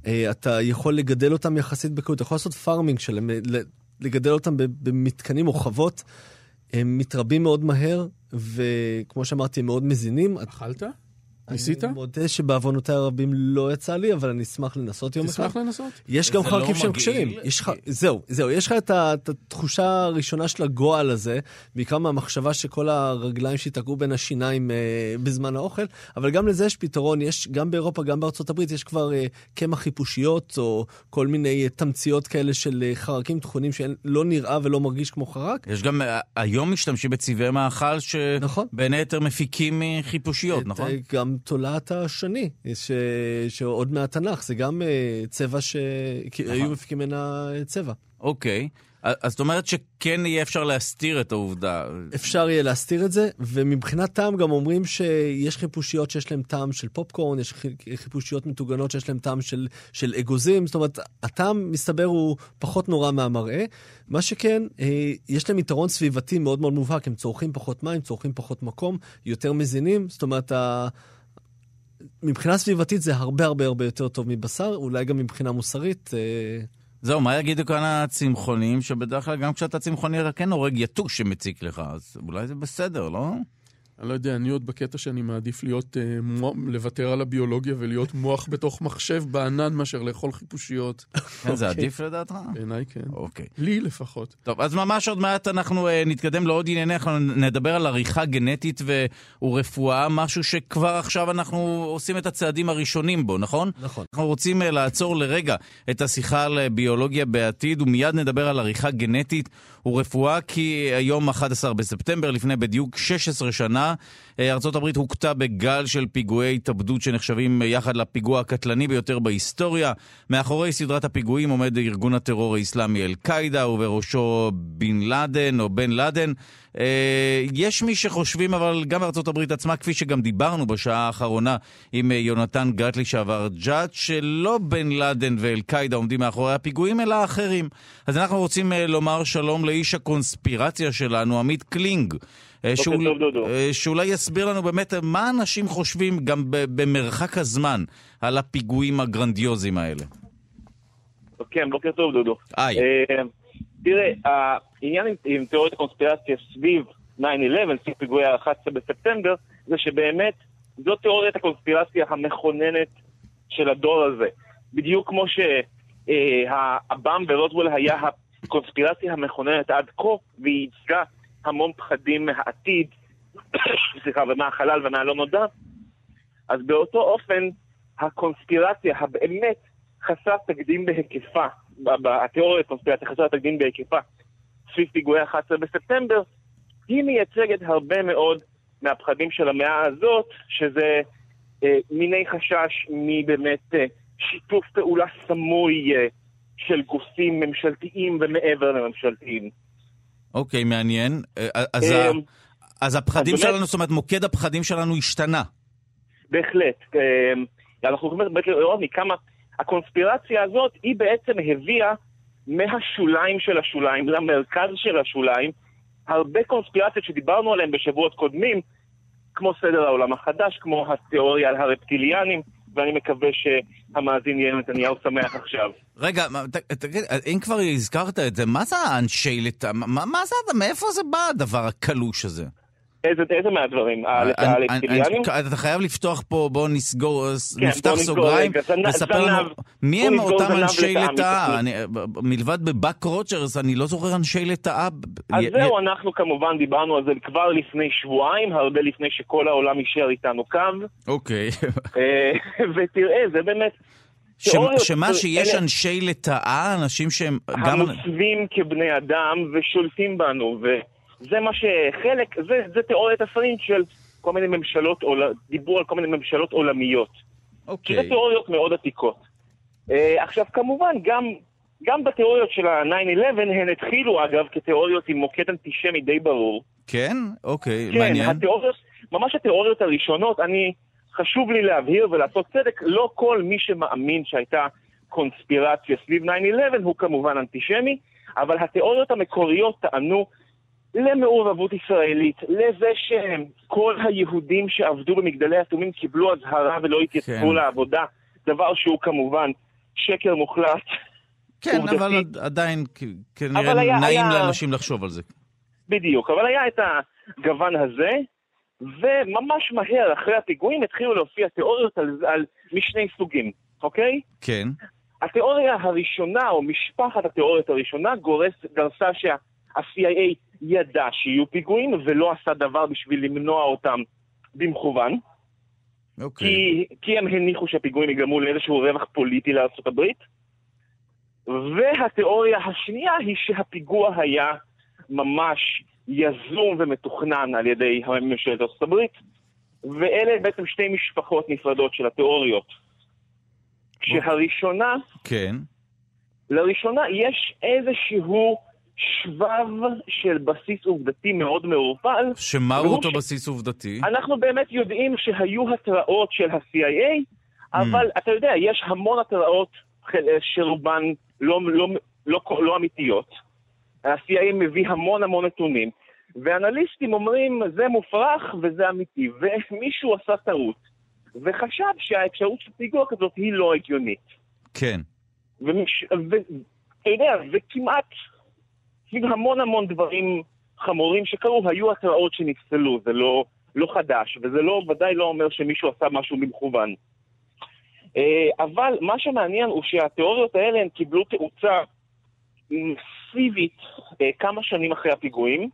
אתה יכול לגדל אותם יחסית בקלות. אתה יכול לעשות פארמינג שלהם, לגדל אותם במתקנים או חוות. הם מתרבים מאוד מהר, וכמו שאמרתי, הם מאוד מזינים. אכלת? ניסית? אני מודה שבעוונותיי הרבים לא יצא לי, אבל אני אשמח לנסות יום אחד. תשמח לנסות? יש גם חרקים שהם קשרים. זהו, זהו. יש לך את התחושה הראשונה של הגועל הזה, בעיקר מהמחשבה שכל הרגליים שיתקעו בין השיניים בזמן האוכל, אבל גם לזה יש פתרון. יש גם באירופה, גם בארצות הברית, יש כבר קמח חיפושיות, או כל מיני תמציות כאלה של חרקים תכונים שלא נראה ולא מרגיש כמו חרק. יש גם, היום משתמשים בצבעי מאכל שבין היתר מפיקים חיפושיות, נכון? גם תולעת השני, ש... שעוד מהתנ"ך, זה גם uh, צבע שהיו מפיקים ממנה צבע. אוקיי, אז זאת אומרת שכן יהיה אפשר להסתיר את העובדה. אפשר יהיה להסתיר את זה, ומבחינת טעם גם אומרים שיש חיפושיות שיש להם טעם של פופקורן, יש חיפושיות מטוגנות שיש להם טעם של, של אגוזים, זאת אומרת, הטעם מסתבר הוא פחות נורא מהמראה. מה שכן, יש להם יתרון סביבתי מאוד מאוד מובהק, הם צורכים פחות מים, צורכים פחות מקום, יותר מזינים, זאת אומרת, ה... מבחינה סביבתית זה הרבה הרבה הרבה יותר טוב מבשר, אולי גם מבחינה מוסרית. זהו, מה יגידו כאן הצמחונים, שבדרך כלל גם כשאתה צמחוני אתה כן הורג יתוש שמציק לך, אז אולי זה בסדר, לא? אני לא יודע, אני עוד בקטע שאני מעדיף להיות, לוותר על הביולוגיה ולהיות מוח בתוך מחשב בענן מאשר לאכול חיפושיות. כן, זה עדיף לדעתך? בעיניי כן. אוקיי. לי לפחות. טוב, אז ממש עוד מעט אנחנו נתקדם לעוד ענייני, אנחנו נדבר על עריכה גנטית ורפואה, משהו שכבר עכשיו אנחנו עושים את הצעדים הראשונים בו, נכון? נכון. אנחנו רוצים לעצור לרגע את השיחה על ביולוגיה בעתיד, ומיד נדבר על עריכה גנטית ורפואה, כי היום אחד עשר בספטמבר, לפני בדיוק שש עשרה שנה, ארצות הברית הוקטה בגל של פיגועי התאבדות שנחשבים יחד לפיגוע הקטלני ביותר בהיסטוריה. מאחורי סדרת הפיגועים עומד ארגון הטרור האסלאמי אל-קאידה, ובראשו בן לאדן או בן לאדן. יש מי שחושבים, אבל גם בארצות הברית עצמה, כפי שגם דיברנו בשעה האחרונה עם יונתן גת לשעבר ג'אט, שלא בן לאדן ואל-קאידה עומדים מאחורי הפיגועים, אלא אחרים. אז אנחנו רוצים לומר שלום לאיש הקונספירציה שלנו, עמית קלינג. שאול... שאולי יסביר לנו באמת מה אנשים חושבים גם במרחק הזמן על הפיגועים הגרנדיוזיים האלה. כן, בוקר טוב דודו. היי. תראה, העניין עם תיאוריות הקונספירציה סביב תשע אחת עשרה, סביב פיגועי ה-אחד עשר בספטמבר, זה שבאמת זו תיאוריית הקונספירציה המכוננת של הדור הזה. בדיוק כמו שהבאם ורוזוול היה הקונספירציה המכוננת עד כה, והיא ייצגה המון פחדים מהעתיד, סליחה, ומהחלל ומהלא נודע. אז באותו אופן, הקונספירציה הבאמת חסרת תקדים בהיקפה, התיאוריה הקונספירציה חסרת תקדים בהיקפה, סביב פיגועי ה-אחד עשר בספטמבר, היא מייצגת הרבה מאוד מהפחדים של המאה הזאת, שזה אה, מיני חשש מבאמת אה, שיתוף פעולה סמוי אה, של גופים ממשלתיים ומעבר לממשלתיים. אוקיי, מעניין. אז, ה... אז הפחדים אז שלנו, באמת... זאת אומרת, מוקד הפחדים שלנו השתנה. בהחלט. אנחנו יכולים באמת לראות מכמה הקונספירציה הזאת, היא בעצם הביאה מהשוליים של השוליים, למרכז של השוליים, הרבה קונספירציות שדיברנו עליהן בשבועות קודמים, כמו סדר העולם החדש, כמו התיאוריה על הרפטיליאנים, ואני מקווה שהמאזין יהיה נתניהו שמח עכשיו. רגע, תגיד, אם כבר הזכרת את זה, מה זה האנשי לטעם? מה זה, מאיפה זה בא הדבר הקלוש הזה? איזה, איזה מהדברים? הלקטיליאנים? אתה חייב לפתוח פה, בוא נסגור, נפתח סוגריים, וספר לנו, מי הם אותם אנשי לטאה? מלבד בבאק רוג'רס, אני לא זוכר אנשי לטאה. אז זהו, אנחנו כמובן דיברנו על זה כבר לפני שבועיים, הרבה לפני שכל העולם יישאר איתנו קו. אוקיי. ותראה, זה באמת... שמה שיש אנשי לטאה, אנשים שהם... המוצבים כבני אדם ושולטים בנו, ו... זה מה שחלק, זה, זה תיאוריית הסרטים של כל מיני ממשלות, דיבור על כל מיני ממשלות עולמיות. אוקיי. שזה תיאוריות מאוד עתיקות. Uh, עכשיו, כמובן, גם, גם בתיאוריות של ה-תשע אחת עשרה, הן התחילו, אגב, כתיאוריות עם מוקד אנטישמי די ברור. כן? אוקיי, כן, מעניין. התיאוריות, ממש התיאוריות הראשונות, אני, חשוב לי להבהיר ולעשות צדק, לא כל מי שמאמין שהייתה קונספירציה סביב תשע אחת עשרה, הוא כמובן אנטישמי, אבל התיאוריות המקוריות טענו למעורבות ישראלית, לזה שכל היהודים שעבדו במגדלי אטומים קיבלו הזהרה ולא התייצבו כן. לעבודה, דבר שהוא כמובן שקר מוחלט. כן, עובדתי. אבל עדיין כנראה אבל היה, נעים היה... לאנשים לחשוב על זה. בדיוק, אבל היה את הגוון הזה, וממש מהר אחרי הפיגועים התחילו להופיע תיאוריות על, על משני סוגים, אוקיי? כן. התיאוריה הראשונה, או משפחת התיאוריות הראשונה, גורס, גרסה שה-סי איי איי ידע שיהיו פיגועים, ולא עשה דבר בשביל למנוע אותם במכוון. Okay. כי, כי הם הניחו שהפיגועים יגרמו לאיזשהו רווח פוליטי לארצות הברית. והתיאוריה השנייה היא שהפיגוע היה ממש יזום ומתוכנן על ידי ממשלת ארצות הברית. ואלה בעצם שתי משפחות נפרדות של התיאוריות. כשהראשונה, כן. לראשונה יש איזשהו שבב של בסיס עובדתי מאוד מעורפל. שמהו אותו ש... בסיס עובדתי? אנחנו באמת יודעים שהיו התראות של ה-סי איי איי, אבל mm. אתה יודע, יש המון התראות שרובן לא, לא, לא, לא, לא אמיתיות. ה-סי איי איי מביא המון המון נתונים, ואנליסטים אומרים, זה מופרך וזה אמיתי, ומישהו עשה טעות, וחשב שהאפשרות של פיגוע כזאת היא לא הגיונית. כן. ומש... ואתה יודע, וכמעט... עם המון המון דברים חמורים שקרו, היו התראות שנפסלו, זה לא, לא חדש, וזה לא, ודאי לא אומר שמישהו עשה משהו במכוון. אבל מה שמעניין הוא שהתיאוריות האלה הן קיבלו תאוצה מסיבית כמה שנים אחרי הפיגועים,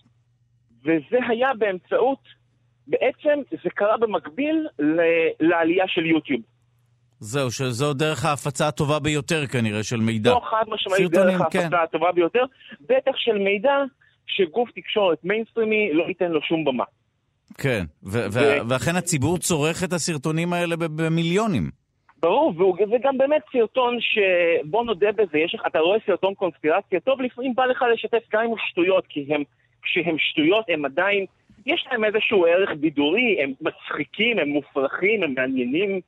וזה היה באמצעות, בעצם זה קרה במקביל לעלייה של יוטיוב. זהו, שזו דרך ההפצה הטובה ביותר כנראה של מידע. לא חד משמעית דרך ההפצה כן. הטובה ביותר, בטח של מידע שגוף תקשורת מיינסטרימי לא ייתן לו שום במה. כן, ו- ו- ואכן הציבור צורך את הסרטונים האלה במיליונים. ברור, וגם באמת סרטון שבוא נודה בזה, יש, אתה רואה סרטון קונספירציה, טוב לפעמים בא לך לשתף גם עם שטויות, כי הם, כשהם שטויות הם עדיין, יש להם איזשהו ערך בידורי, הם מצחיקים, הם מופרכים, הם מעניינים.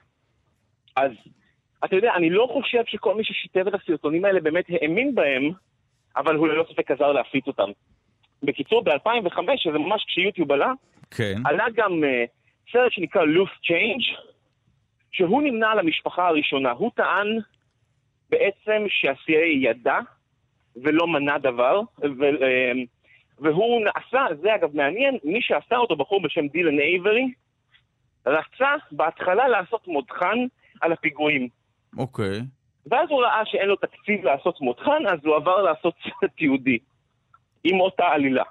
אז, אתה יודע, אני לא חושב שכל מי ששיתף את הסרטונים האלה באמת האמין בהם, אבל הוא ללא ספק עזר להפיץ אותם. בקיצור, ב-אלפיים וחמש, שזה ממש כשיוטיוב עלה, כן. עלה גם uh, סרט שנקרא Loose Change, שהוא נמנה על המשפחה הראשונה. הוא טען בעצם שה-סי איי איי ידע ולא מנע דבר, ו, uh, והוא נעשה, זה אגב מעניין, מי שעשה אותו בחור בשם דילן אייברי, רצה בהתחלה לעשות מודחן על הפיגועים. אוקיי. ואז הוא ראה שאין לו תקציב לעשות מותחן, אז הוא עבר לעשות סרט יהודי. עם אותה עלילה.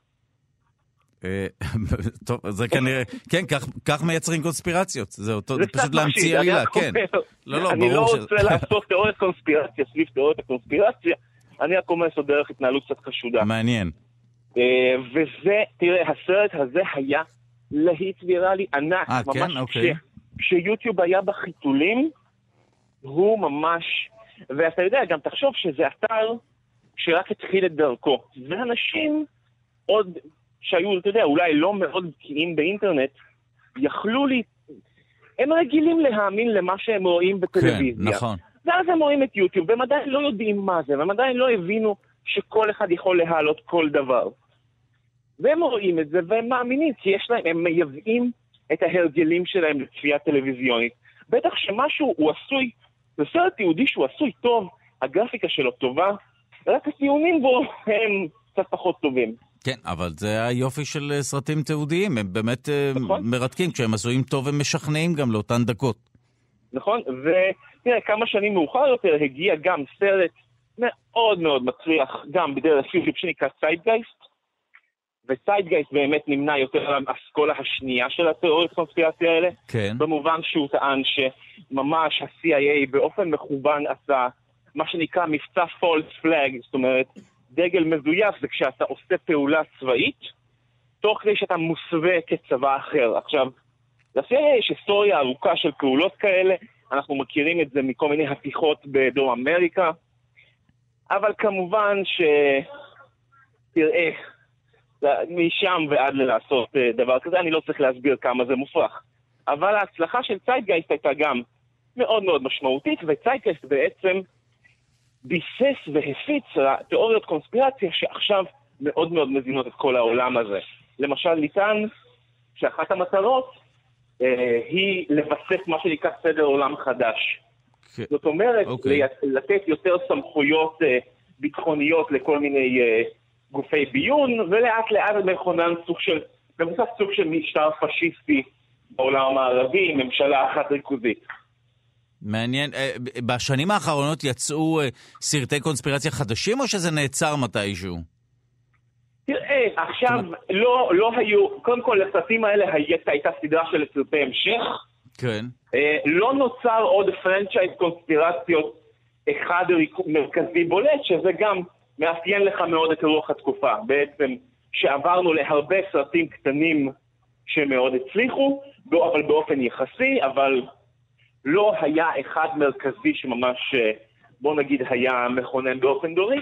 טוב, זה כנראה... כן, כך מייצרים קונספירציות. זה פשוט להמציא עלילה, כן. אני לא רוצה לעשות תיאוריית קונספירציה, סביב תיאוריית הקונספירציה. אני רק אומר לעשות דרך התנהלות קצת חשודה. מעניין. וזה, תראה, הסרט הזה היה להיט ויראלי ענק. אה, כן? אוקיי. כשיוטיוב היה בחיתולים, הוא ממש, ואתה יודע, גם תחשוב שזה אתר שרק התחיל את דרכו. ואנשים עוד שהיו, אתה יודע, אולי לא מאוד בקיאים באינטרנט, יכלו לי, הם רגילים להאמין למה שהם רואים בטלוויזיה. כן, נכון. ואז הם רואים את יוטיוב, והם עדיין לא יודעים מה זה, והם עדיין לא הבינו שכל אחד יכול להעלות כל דבר. והם רואים את זה, והם מאמינים, כי יש להם, הם מייבאים את ההרגלים שלהם לצפייה טלוויזיונית. בטח שמשהו הוא עשוי, זה סרט יהודי שהוא עשוי טוב, הגרפיקה שלו טובה, רק הציונים בו הם קצת פחות טובים. כן, אבל זה היופי של סרטים תיעודיים, הם באמת נכון. מרתקים, כשהם עשויים טוב הם משכנעים גם לאותן דקות. נכון, ותראה, כמה שנים מאוחר יותר הגיע גם סרט מאוד מאוד מצליח, גם בדרך פיליפ שנקרא סיידגייסט, וסיידגייסט באמת נמנה יותר על האסכולה השנייה של התיאוריות קונספירציה האלה, כן. במובן שהוא טען שממש ה-סי איי איי באופן מכוון עשה מה שנקרא מבצע false flag, זאת אומרת, דגל מזויף זה כשאתה עושה פעולה צבאית, תוך כדי שאתה מוסווה כצבא אחר. עכשיו, ל-סי איי איי יש היסטוריה ארוכה של פעולות כאלה, אנחנו מכירים את זה מכל מיני הפיכות בדרום אמריקה, אבל כמובן ש... תראה, משם ועד לעשות דבר כזה, אני לא צריך להסביר כמה זה מופרך. אבל ההצלחה של צייטגייסט הייתה גם מאוד מאוד משמעותית, וצייטגייסט בעצם ביסס והפיץ תיאוריות קונספירציה שעכשיו מאוד מאוד מזינות את כל העולם הזה. למשל, ניתן שאחת המטרות אה, היא לבסס מה שנקרא סדר עולם חדש. Okay. זאת אומרת, okay. לתת יותר סמכויות אה, ביטחוניות לכל מיני אה, גופי ביון, ולאט לאט מכונן סוג של, מבוסס סוג של משטר פשיסטי בעולם המערבי, ממשלה אחת ריכוזית. מעניין, בשנים האחרונות יצאו סרטי קונספירציה חדשים, או שזה נעצר מתישהו? תראה, עכשיו לא, לא היו, קודם כל לסרטים האלה הייתה, הייתה סדרה של סרטי המשך. כן. לא נוצר עוד פרנצ'ייז קונספירציות אחד מרכזי בולט, שזה גם מאפיין לך מאוד את רוח התקופה. בעצם שעברנו להרבה סרטים קטנים שמאוד הצליחו, אבל באופן יחסי, אבל לא היה אחד מרכזי שממש, בוא נגיד, היה מכונן באופן דורי.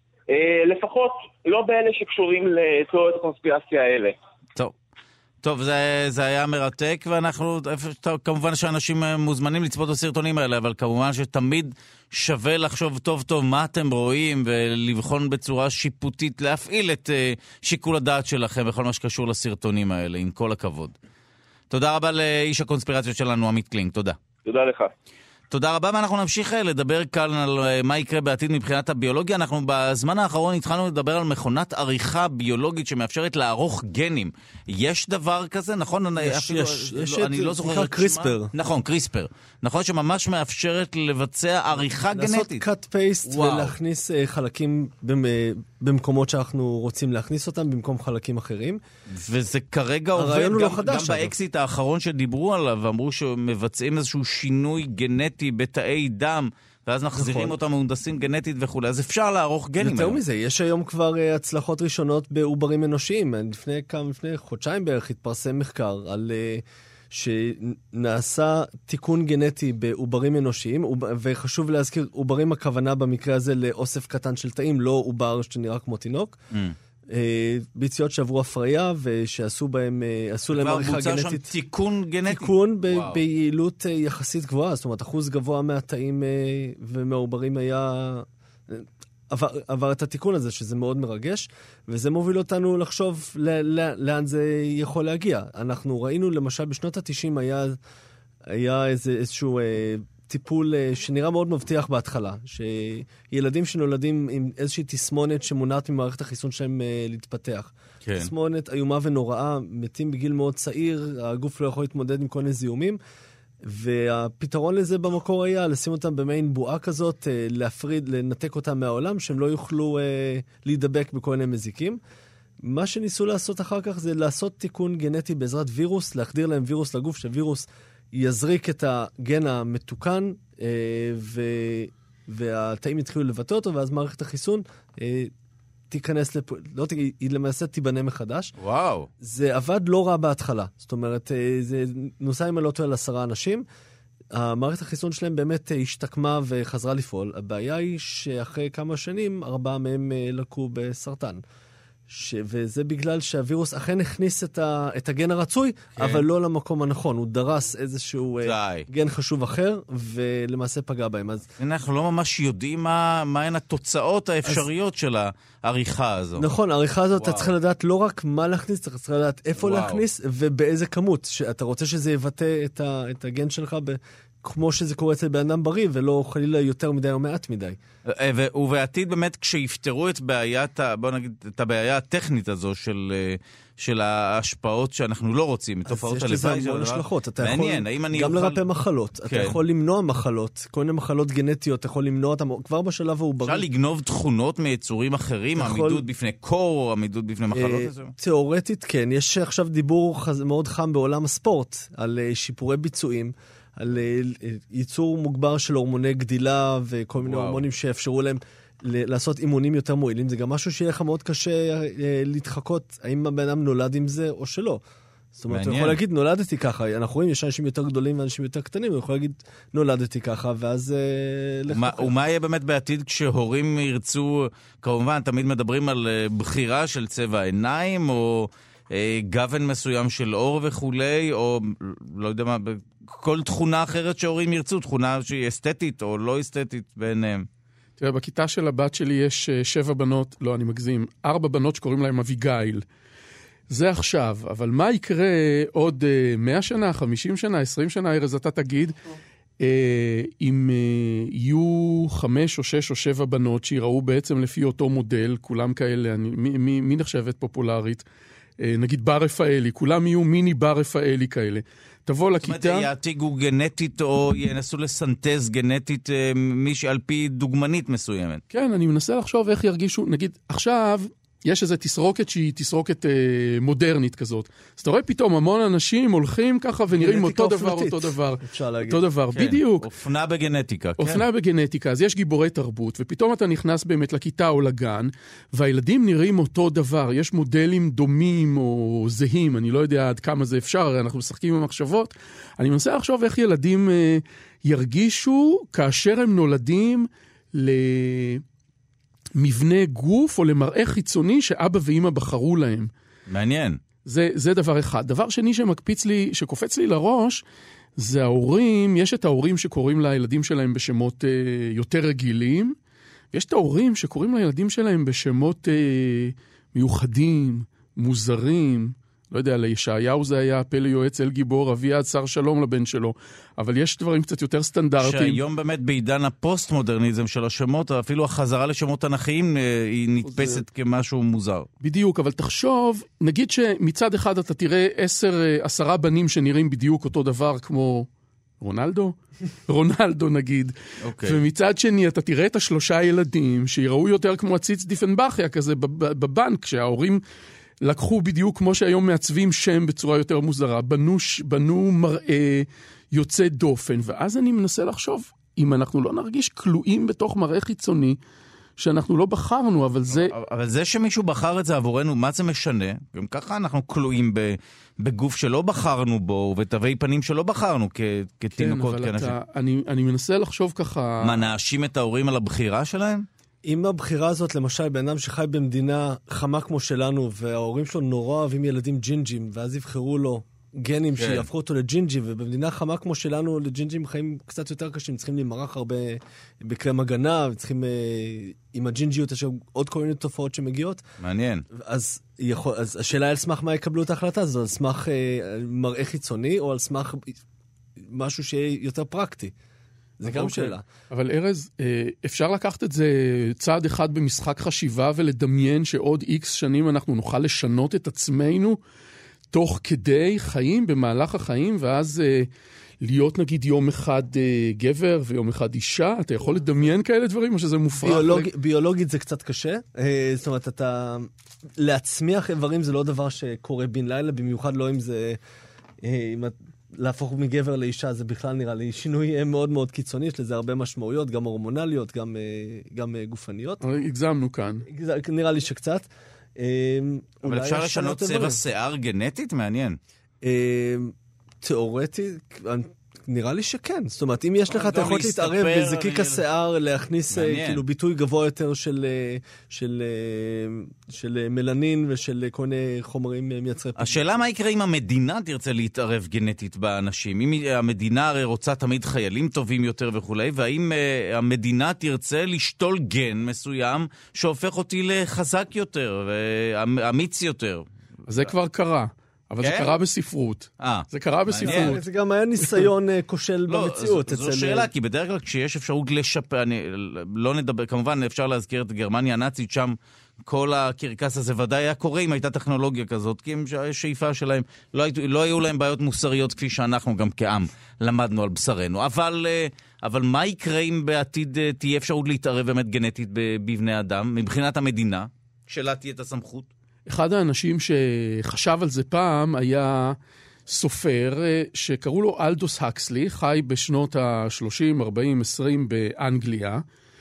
לפחות לא באלה שקשורים לתיאוריות הקונספירציה האלה. טוב. טוב, זה, זה היה מרתק, ואנחנו, כמובן שאנשים מוזמנים לצפות בסרטונים האלה, אבל כמובן שתמיד שווה לחשוב טוב טוב מה אתם רואים, ולבחון בצורה שיפוטית, להפעיל את שיקול הדעת שלכם בכל מה שקשור לסרטונים האלה, עם כל הכבוד. תודה רבה לאיש הקונספירציות שלנו, עמית קלינג, תודה. תודה לך. תודה רבה, ואנחנו נמשיך לדבר כאן על מה יקרה בעתיד מבחינת הביולוגיה. אנחנו בזמן האחרון התחלנו לדבר על מכונת עריכה ביולוגית שמאפשרת לערוך גנים. יש דבר כזה, נכון? יש, אפילו, יש, לא, יש אני את, לא זוכר את קריספר. שמה. נכון, קריספר. נכון, שממש מאפשרת לבצע עריכה לעשות גנטית. לעשות cut paste וואו. ולהכניס uh, חלקים במ, uh, במקומות שאנחנו רוצים להכניס אותם במקום חלקים אחרים. וזה כרגע עובד, גם, לא גם באקסיט האחרון שדיברו עליו, ואמרו שמבצעים איזשהו שינוי גנטי בתאי דם, ואז מחזירים נכון. אותם מהונדסים גנטית וכו'. אז אפשר לערוך גנים יותר היום. מזה, יש היום כבר uh, הצלחות ראשונות בעוברים אנושיים. לפני כמה, לפני חודשיים בערך התפרסם מחקר על uh, שנעשה תיקון גנטי בעוברים אנושיים, וחשוב להזכיר, עוברים הכוונה במקרה הזה לאוסף קטן של תאים, לא עובר שנראה כמו תינוק. Mm. ביציות שעברו הפריה ושעשו בהם, עשו להם עריכה גנטית. כבר בוצע שם תיקון גנטי? תיקון ב- ביעילות יחסית גבוהה, זאת אומרת, אחוז גבוה מהתאים ומהעוברים היה, עבר, עבר את התיקון הזה, שזה מאוד מרגש, וזה מוביל אותנו לחשוב ל- ל- לאן זה יכול להגיע. אנחנו ראינו, למשל, בשנות ה-תשעים היה, היה איזה, איזשהו טיפול שנראה מאוד מבטיח בהתחלה, שילדים שנולדים עם איזושהי תסמונת שמונעת ממערכת החיסון שלהם להתפתח. כן. תסמונת איומה ונוראה, מתים בגיל מאוד צעיר, הגוף לא יכול להתמודד עם כל מיני זיהומים, והפתרון לזה במקור היה לשים אותם במעין בועה כזאת, להפריד, לנתק אותם מהעולם, שהם לא יוכלו להידבק בכל מיני מזיקים. מה שניסו לעשות אחר כך זה לעשות תיקון גנטי בעזרת וירוס, להחדיר להם וירוס לגוף, שווירוס יזריק את הגן המתוקן, ו... והתאים יתחילו לבטא אותו, ואז מערכת החיסון תיכנס, לפ... לא, היא למעשה תיבנה מחדש. וואו. זה עבד לא רע בהתחלה. זאת אומרת, זה נוסע עם הלוטו על עשרה אנשים. המערכת החיסון שלהם באמת השתקמה וחזרה לפעול. הבעיה היא שאחרי כמה שנים, ארבעה מהם לקו בסרטן. ש... וזה בגלל שהווירוס אכן הכניס את, ה... את הגן הרצוי, כן. אבל לא למקום הנכון. הוא דרס איזשהו די. גן חשוב אחר, ולמעשה פגע בהם. אז... אנחנו לא ממש יודעים מה, מה הן התוצאות האפשריות אז... של העריכה הזו. נכון, העריכה הזאת, אתה צריך לדעת לא רק מה להכניס, אתה צריך לדעת איפה וואו. להכניס, ובאיזה כמות. שאתה רוצה שזה יבטא את, ה... את הגן שלך ב... כמו שזה קורה אצל בן אדם בריא, ולא חלילה יותר מדי או מעט מדי. ובעתיד באמת כשיפתרו את בעיית, בוא נגיד, את הבעיה הטכנית הזו של, של ההשפעות שאנחנו לא רוצים, תופעות הלוואי. אז יש לזה המון השלכות. אתה מעניין, יכול גם יוכל... לרפא מחלות. כן. אתה יכול למנוע מחלות, כל מיני מחלות גנטיות, אתה יכול למנוע אותם כבר בשלב העוברי. אפשר לגנוב תכונות מיצורים אחרים, יכול... עמידות בפני קור, עמידות בפני מחלות אה, הזו? תיאורטית כן, יש עכשיו דיבור מאוד חם בעולם הספורט, על שיפורי ביצועים, על ייצור מוגבר של הורמוני גדילה וכל מיני וואו. הורמונים שאפשרו להם לעשות אימונים יותר מועילים. זה גם משהו שיהיה לך מאוד קשה להתחקות האם הבן אדם נולד עם זה או שלא. זאת אומרת, הוא יכול להגיד, נולדתי ככה. אנחנו רואים, יש אנשים יותר גדולים ואנשים יותר קטנים, הוא יכול להגיד, נולדתי ככה, ואז לחכה. ומה יהיה באמת בעתיד כשהורים ירצו, כמובן, תמיד מדברים על בחירה של צבע העיניים, או גוון מסוים של אור וכולי, או לא יודע מה, כל תכונה אחרת שהורים ירצו, תכונה שהיא אסתטית או לא אסתטית ביניהם. תראה, בכיתה של הבת שלי יש שבע בנות, לא, אני מגזים, ארבע בנות שקוראים להם אביגיל. זה עכשיו, אבל מה יקרה עוד מאה שנה, חמישים שנה, עשרים שנה, ארז, אתה תגיד, אם יהיו חמש או שש או שבע בנות שיראו בעצם לפי אותו מודל, כולם כאלה, אני, מי, מי, מי נחשבת פופולרית? נגיד בר רפאלי, כולם יהיו מיני בר רפאלי כאלה. תבוא לכיתה... זאת אומרת, יעתיגו גנטית או ינסו לסנטז גנטית מישהי על פי דוגמנית מסוימת. כן, אני מנסה לחשוב איך ירגישו, נגיד, עכשיו יש איזו תסרוקת שהיא תסרוקת אה, מודרנית כזאת. אז אתה רואה פתאום המון אנשים הולכים ככה ונראים אותו דבר, אותו דבר. אפשר להגיד. אותו דבר, כן, בדיוק. אופנה בגנטיקה, כן. אופנה בגנטיקה, אז יש גיבורי תרבות, ופתאום אתה נכנס באמת לכיתה או לגן, והילדים נראים אותו דבר. יש מודלים דומים או זהים, אני לא יודע עד כמה זה אפשר, אנחנו משחקים עם מחשבות. אני מנסה לחשוב איך ילדים אה, ירגישו כאשר הם נולדים ל... מבנה גוף או למראה חיצוני שאבא ואמא בחרו להם. מעניין. זה, זה דבר אחד. דבר שני שמקפיץ לי, שקופץ לי לראש, זה ההורים, יש את ההורים שקוראים לילדים שלהם בשמות אה, יותר רגילים, ויש את ההורים שקוראים לילדים שלהם בשמות אה, מיוחדים, מוזרים, לא יודע, לישעיהו זה היה פלא יועץ אל גיבור, אביעד שר שלום לבן שלו, אבל יש דברים קצת יותר סטנדרטיים. שהיום באמת בעידן הפוסט-מודרניזם של השמות, אפילו החזרה לשמות תנכיים היא נתפסת זה... כמשהו מוזר. בדיוק, אבל תחשוב, נגיד שמצד אחד אתה תראה עשר, עשרה בנים שנראים בדיוק אותו דבר כמו רונלדו, רונלדו נגיד, okay. ומצד שני אתה תראה את השלושה ילדים שיראו יותר כמו הציץ דיפנבחיה כזה בבנק, שההורים... לקחו בדיוק כמו שהיום מעצבים שם בצורה יותר מוזרה, בנו, בנו מראה יוצא דופן, ואז אני מנסה לחשוב, אם אנחנו לא נרגיש כלואים בתוך מראה חיצוני, שאנחנו לא בחרנו, אבל זה... אבל זה שמישהו בחר את זה עבורנו, מה זה משנה? גם ככה אנחנו כלואים בגוף שלא בחרנו בו, ותווי פנים שלא בחרנו כתינוקות, כן, אבל אתה, אני, אני מנסה לחשוב ככה... מה, נאשים את ההורים על הבחירה שלהם? אם הבחירה הזאת, למשל, בן אדם שחי במדינה חמה כמו שלנו, וההורים שלו נורא אוהבים ילדים ג'ינג'ים, ואז יבחרו לו גנים כן. שיהפכו אותו לג'ינג'י, ובמדינה חמה כמו שלנו, לג'ינג'ים חיים קצת יותר קשים, צריכים להימרח הרבה בקרם הגנה, וצריכים, אה, עם הג'ינג'יות יש עוד כל מיני תופעות שמגיעות. מעניין. אז, יכול, אז השאלה על סמך מה יקבלו את ההחלטה הזו, על סמך אה, מראה חיצוני, או על סמך משהו שיהיה יותר פרקטי. זה גם שאלה. אבל ארז, אפשר לקחת את זה צעד אחד במשחק חשיבה ולדמיין שעוד איקס שנים אנחנו נוכל לשנות את עצמנו תוך כדי חיים, במהלך החיים, ואז להיות נגיד יום אחד גבר ויום אחד אישה? אתה יכול לדמיין כאלה דברים או שזה מופרך? ביולוג, ביולוגית זה קצת קשה. זאת אומרת, אתה... להצמיח איברים זה לא דבר שקורה בן לילה, במיוחד לא אם זה... אם את... להפוך מגבר לאישה זה בכלל נראה לי שינוי מאוד מאוד קיצוני, יש לזה הרבה משמעויות, גם הורמונליות, גם, גם גופניות. הגזמנו כאן. נראה לי שקצת. אבל אפשר לשנות צבע שיער גנטית? מעניין. תיאורטית, נראה לי שכן. זאת אומרת, אם יש לך, אתה יכול להתערב בזקיק השיער, להכניס כאילו ביטוי גבוה יותר של, של, של מלנין ושל כל מיני חומרים מייצרי פנים. השאלה מה יקרה אם המדינה תרצה להתערב גנטית באנשים? אם המדינה הרי רוצה תמיד חיילים טובים יותר וכולי, והאם המדינה תרצה לשתול גן מסוים שהופך אותי לחזק יותר ואמיץ יותר? זה כבר קרה. אבל זה קרה בספרות. זה קרה בספרות. זה גם היה ניסיון כושל במציאות. זו שאלה, כי בדרך כלל כשיש אפשרות לשפר, לא נדבר, כמובן אפשר להזכיר את גרמניה הנאצית, שם כל הקרקס הזה ודאי היה קורה אם הייתה טכנולוגיה כזאת, כי הם שאיפה שלהם, לא, לא היו להם בעיות מוסריות כפי שאנחנו גם כעם למדנו על בשרנו. אבל, אבל מה יקרה אם בעתיד תהיה אפשרות להתערב באמת גנטית בבני אדם, מבחינת המדינה, שאלה תהיה את הסמכות? אחד האנשים שחשב על זה פעם היה סופר שקראו לו אלדוס הקסלי, חי בשנות ה-שלושים, ארבעים, עשרים באנגליה,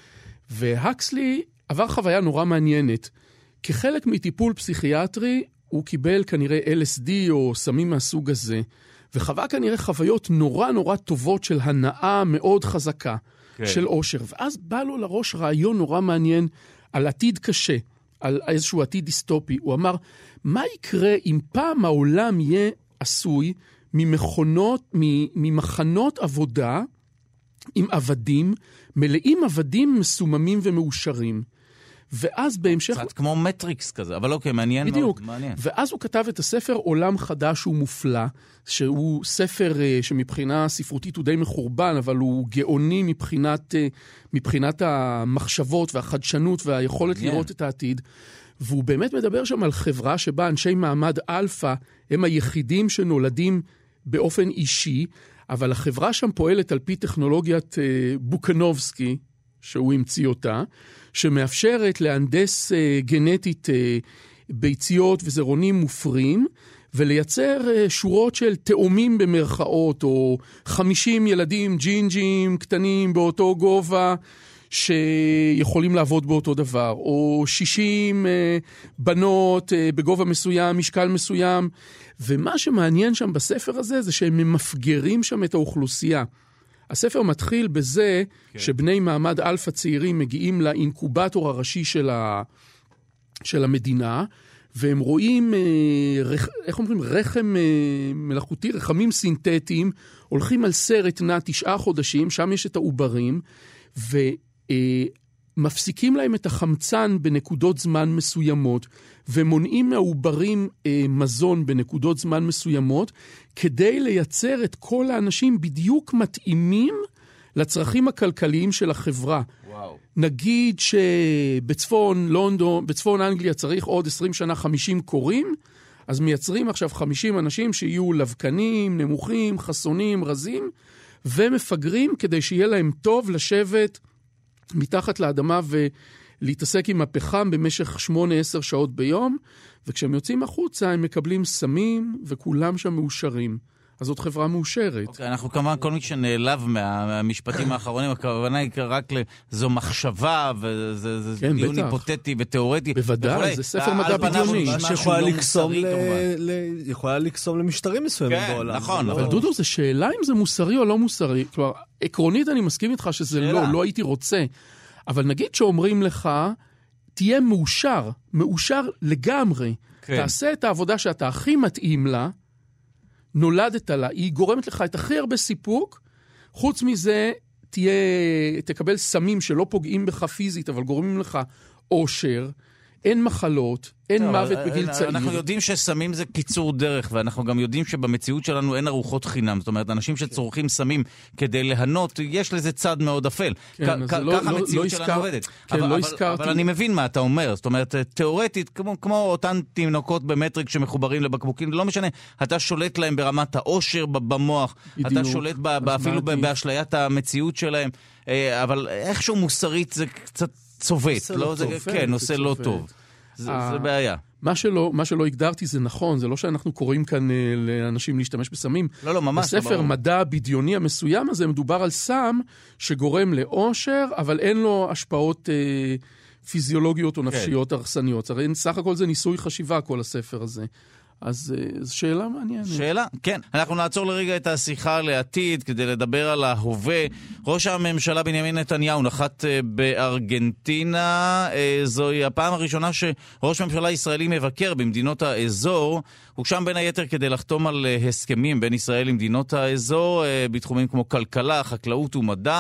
והקסלי עבר חוויה נורא מעניינת. כחלק מטיפול פסיכיאטרי, הוא קיבל כנראה אל אס די או סמים מהסוג הזה, וחווה כנראה חוויות נורא נורא טובות של הנאה מאוד חזקה, כן. של אושר. ואז בא לו לראש רעיון נורא מעניין על עתיד קשה, על איזשהו עתיד דיסטופי. הוא אמר, מה יקרה אם פעם העולם יהיה עשוי ממכונות, ממחנות עבודה עם עבדים, מלאים עבדים מסוממים ומאושרים. ואז בהמשך... קצת כמו מטריקס כזה, אבל אוקיי, מעניין בדיוק. מאוד, מעניין. ואז הוא כתב את הספר עולם חדש ומופלא, שהוא ספר שמבחינה ספרותית הוא די מחורבן, אבל הוא גאוני מבחינת, מבחינת המחשבות והחדשנות והיכולת מעניין. לראות את העתיד. והוא באמת מדבר שם על חברה שבה אנשי מעמד אלפא הם היחידים שנולדים באופן אישי, אבל החברה שם פועלת על פי טכנולוגיית בוקנובסקי, שהוא המציא אותה, שמאפשרת להנדס uh, גנטית uh, ביציות וזרעונים מופרים, ולייצר uh, שורות של תאומים במרכאות, או חמישים ילדים ג'ינג'ים קטנים באותו גובה, שיכולים לעבוד באותו דבר, או שישים uh, בנות uh, בגובה מסוים, משקל מסוים, ומה שמעניין שם בספר הזה, זה שהם ממפגרים שם את האוכלוסייה. הספר מתחיל בזה כן. שבני מעמד אלפא צעירים מגיעים לאינקובטור הראשי של, ה... של המדינה, והם רואים, רח... איך אומרים, רחם מלאכותי, רחמים סינתטיים, הולכים על סרט נע תשעה חודשים, שם יש את העוברים, ומפסיקים להם את החמצן בנקודות זמן מסוימות, ומונעים מהעוברים אה, מזון בנקודות זמן מסוימות, כדי לייצר את כל האנשים בדיוק מתאימים לצרכים הכלכליים של החברה. וואו. נגיד שבצפון לונדון, בצפון אנגליה צריך עוד עשרים שנה חמישים קוראים, אז מייצרים עכשיו חמישים אנשים שיהיו לבקנים, נמוכים, חסונים, רזים, ומפגרים כדי שיהיה להם טוב לשבת מתחת לאדמה ו... להתעסק עם הפחם במשך שמונה עשר שעות ביום, וכשהם יוצאים החוצה הם מקבלים סמים, וכולם שם מאושרים. אז זאת חברה מאושרת. אוקיי, אנחנו כמובן, כל מי שנעלב מהמשפטים האחרונים, הכוונה היא רק זו מחשבה, וזה דיון היפותטי ותיאורטי. בוודאי, זה ספר מדע בדיוני. שיכולה לקסום למשטרים מסוימים בעולם. נכון. אבל דודו, זה שאלה אם זה מוסרי או לא מוסרי. כלומר, עקרונית אני מסכים איתך שזה לא, לא הייתי רוצה. אבל נגיד שאומרים לך, תהיה מאושר, מאושר לגמרי. כן. תעשה את העבודה שאתה הכי מתאים לה, נולדת לה, היא גורמת לך את הכי הרבה סיפוק, חוץ מזה תהיה, תקבל סמים שלא פוגעים בך פיזית, אבל גורמים לך אושר, אין מחלות, אין טוב, מוות בגיל צעיר. אנחנו יודעים שסמים זה קיצור דרך, ואנחנו גם יודעים שבמציאות שלנו אין ארוחות חינם. זאת אומרת, אנשים שצורכים סמים כדי להנות, יש לזה צד מאוד אפל. כן, כ- לא, ככה לא, המציאות לא שלנו הזכר... עובדת. כן, אבל, לא אבל, הזכרתי. אבל אני מבין מה אתה אומר. זאת אומרת, תיאורטית, כמו, כמו אותן תינוקות במטריק שמחוברים לבקבוקים, לא משנה, אתה שולט להם ברמת האושר במוח, בדיוק, אתה שולט ב, אפילו באשליית המציאות שלהם, אבל איכשהו מוסרית זה קצת צובט. לא, זה, צובט, כן, נושא לא טוב. זה, זה בעיה. מה שלא, מה שלא הגדרתי זה נכון, זה לא שאנחנו קוראים כאן אה, לאנשים להשתמש בסמים. לא, לא, ממש. בספר לא מדע הבדיוני המסוים הזה מדובר על סם שגורם לאושר, אבל אין לו השפעות אה, פיזיולוגיות או נפשיות כן. הרסניות. הרי סך הכל זה ניסוי חשיבה כל הספר הזה. אז זו שאלה מעניינת. שאלה, כן. אנחנו נעצור לרגע את השיחה לעתיד כדי לדבר על ההווה. ראש הממשלה בנימין נתניהו נחת בארגנטינה. זוהי הפעם הראשונה שראש ממשלה ישראלי מבקר במדינות האזור. הוא שם בין היתר כדי לחתום על הסכמים בין ישראל למדינות האזור בתחומים כמו כלכלה, חקלאות ומדע.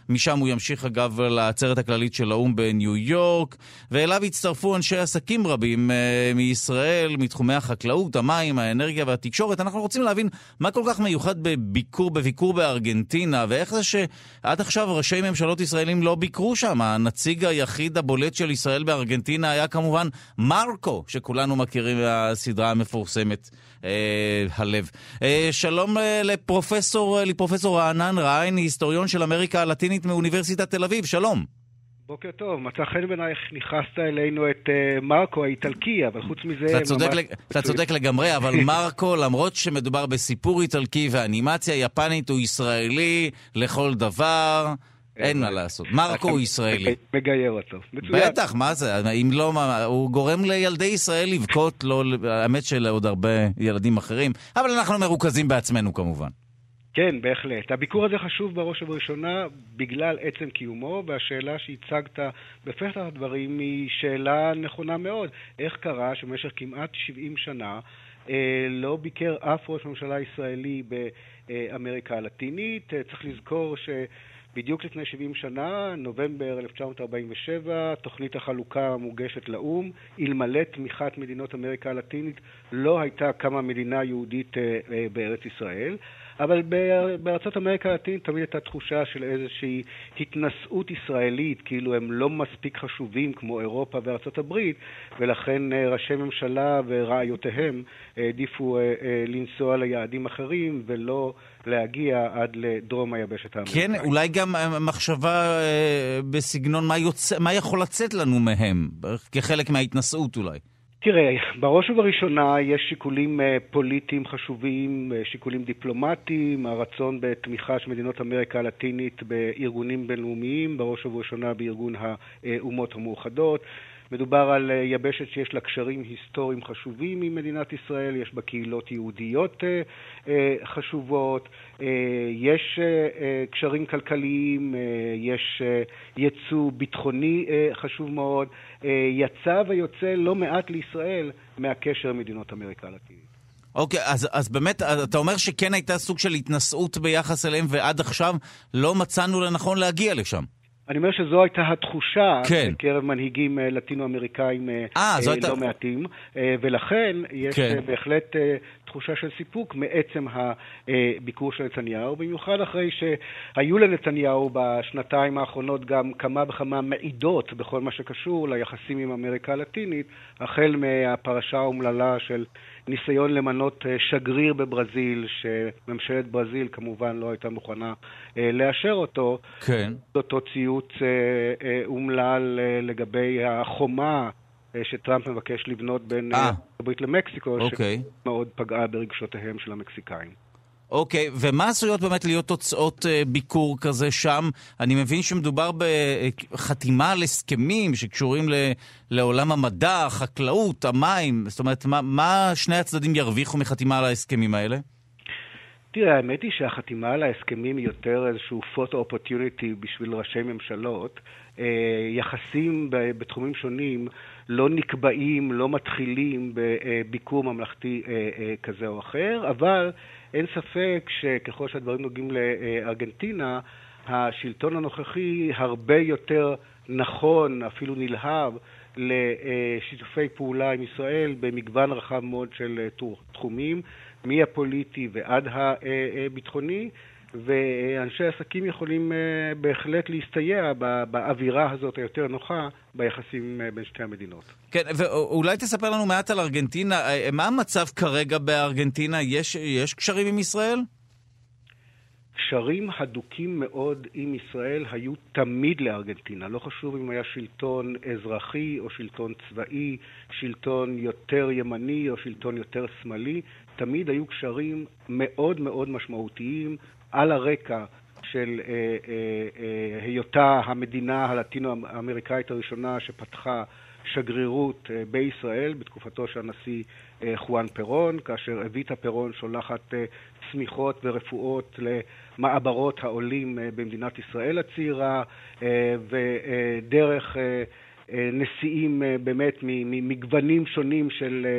משם הוא ימשיך אגב לעצרת הכללית של האום בניו יורק, ואליו הצטרפו אנשי עסקים רבים מישראל, מתחומי החקלאות, המים, האנרגיה והתקשורת. אנחנו רוצים להבין מה כל כך מיוחד בביקור, בביקור בארגנטינה, ואיך זה שעד עכשיו ראשי ממשלות ישראלים לא ביקרו שם. הנציג היחיד הבולט של ישראל בארגנטינה היה כמובן מרקו, שכולנו מכירים מהסדרה המפורסמת אה, הלב. אה, שלום לפרופסור, לפרופסור רענן ריין, היסטוריון של אמריקה הלטינית מאוניברסיטת תל אביב. שלום. בוקר טוב, מצא חן בעינייך נכנסת אלינו את uh, מרקו האיטלקי, אבל חוץ מזה... אתה צודק, ממש... לג... אתה צודק לגמרי, אבל מרקו, למרות שמדובר בסיפור איטלקי ואנימציה יפנית, הוא ישראלי לכל דבר, אין מה לעשות. מרקו הוא ישראלי. מגייר אותו. בטח, מה זה? אם לא, הוא גורם לילדי ישראל לבכות, לא, האמת של עוד הרבה ילדים אחרים, אבל אנחנו מרוכזים בעצמנו כמובן. כן, בהחלט. הביקור הזה חשוב בראש ובראשונה בגלל עצם קיומו, והשאלה שהצגת בפתח הדברים היא שאלה נכונה מאוד. איך קרה שבמשך כמעט שבעים שנה אה, לא ביקר אף ראש ממשלה ישראלי באמריקה הלטינית? צריך לזכור שבדיוק לפני שבעים שנה, נובמבר אלף תשע מאות ארבעים ושבע, תוכנית החלוקה מוגשת לאום, אלמלא תמיכת מדינות אמריקה הלטינית לא הייתה קמה מדינה יהודית אה, אה, בארץ ישראל. אבל בארצות אמריקה הלטינית תמיד הייתה תחושה של איזושהי התנסות ישראלית, כאילו הם לא מספיק חשובים כמו אירופה וארצות הברית, ולכן ראשי ממשלה ורעיותיהם העדיפו לנסוע ליעדים אחרים ולא להגיע עד לדרום היבשת האמריקאית. כן, אולי גם מחשבה בסגנון מה, יוצא, מה יכול לצאת לנו מהם, כחלק מההתנסות אולי. תראה, בראש ובראשונה יש שיקולים פוליטיים חשובים, שיקולים דיפלומטיים, הרצון בתמיכה של מדינות אמריקה הלטינית בארגונים בינלאומיים, בראש ובראשונה בארגון האומות המאוחדות. מדובר על יבשת שיש לה קשרים היסטוריים חשובים עם מדינת ישראל, יש בה קהילות יהודיות חשובות, יש קשרים כלכליים, יש ייצוא ביטחוני חשוב מאוד, יצא ויוצא לא מעט לישראל מהקשר עם מדינות אמריקה הלטינית. אוקיי, אז, אז באמת, אתה אומר שכן הייתה סוג של התנסות ביחס אליהם, ועד עכשיו לא מצאנו לנכון להגיע לשם. אני אומר שזו הייתה התחושה כן. בקרב מנהיגים לטינו-אמריקאים 아, לא הייתה... מעטים, ולכן יש כן. בהחלט תחושה של סיפוק מעצם הביקור של נתניהו, במיוחד אחרי שהיו לנתניהו בשנתיים האחרונות גם כמה וכמה מעידות בכל מה שקשור ליחסים עם אמריקה הלטינית, החל מהפרשה האומללה של ניסיון למנות שגריר בברזיל, שממשלת ברזיל כמובן לא הייתה מוכנה לאשר אותו. כן. אותו ציוץ אומלל לגבי החומה שטראמפ מבקש לבנות בין ארצות הברית למקסיקו, אוקיי. שמאוד פגעה ברגשותיהם של המקסיקאים. אוקיי, ומה עשויות באמת להיות תוצאות ביקור כזה שם? אני מבין שמדובר בחתימה על הסכמים שקשורים לעולם המדע, החקלאות, המים. זאת אומרת, מה, מה שני הצדדים ירוויחו מחתימה על ההסכמים האלה? תראה, האמת היא שהחתימה על ההסכמים היא יותר איזשהו photo opportunity בשביל ראשי ממשלות. יחסים בתחומים שונים לא נקבעים, לא מתחילים בביקור ממלכתי כזה או אחר, אבל אין ספק שככל שהדברים נוגעים לארגנטינה, השלטון הנוכחי הרבה יותר נכון, אפילו נלהב, לשיתופי פעולה עם ישראל במגוון רחב מאוד של תחומים, מהפוליטי ועד הביטחוני, ואנשי עסקים יכולים בהחלט להסתייע באווירה הזאת היותר נוחה ביחסים בין שתי המדינות. כן, ואולי תספר לנו מעט על ארגנטינה. מה המצב כרגע בארגנטינה? יש, יש קשרים עם ישראל? קשרים הדוקים מאוד עם ישראל היו תמיד לארגנטינה. לא חשוב אם היה שלטון אזרחי או שלטון צבאי, שלטון יותר ימני או שלטון יותר שמאלי. תמיד היו קשרים מאוד מאוד משמעותיים על הרקע של אה, אה, אה, היותה המדינה הלטינו-אמריקאית הראשונה שפתחה שגרירות אה, בישראל בתקופתו של הנשיא אה, חואן פרון, כאשר אביטה פרון שולחת אה, צמיחות ורפואות למעברות העולים אה, במדינת ישראל הצעירה, אה, ודרך אה, אה, נשיאים אה, באמת ממגוונים שונים של אה,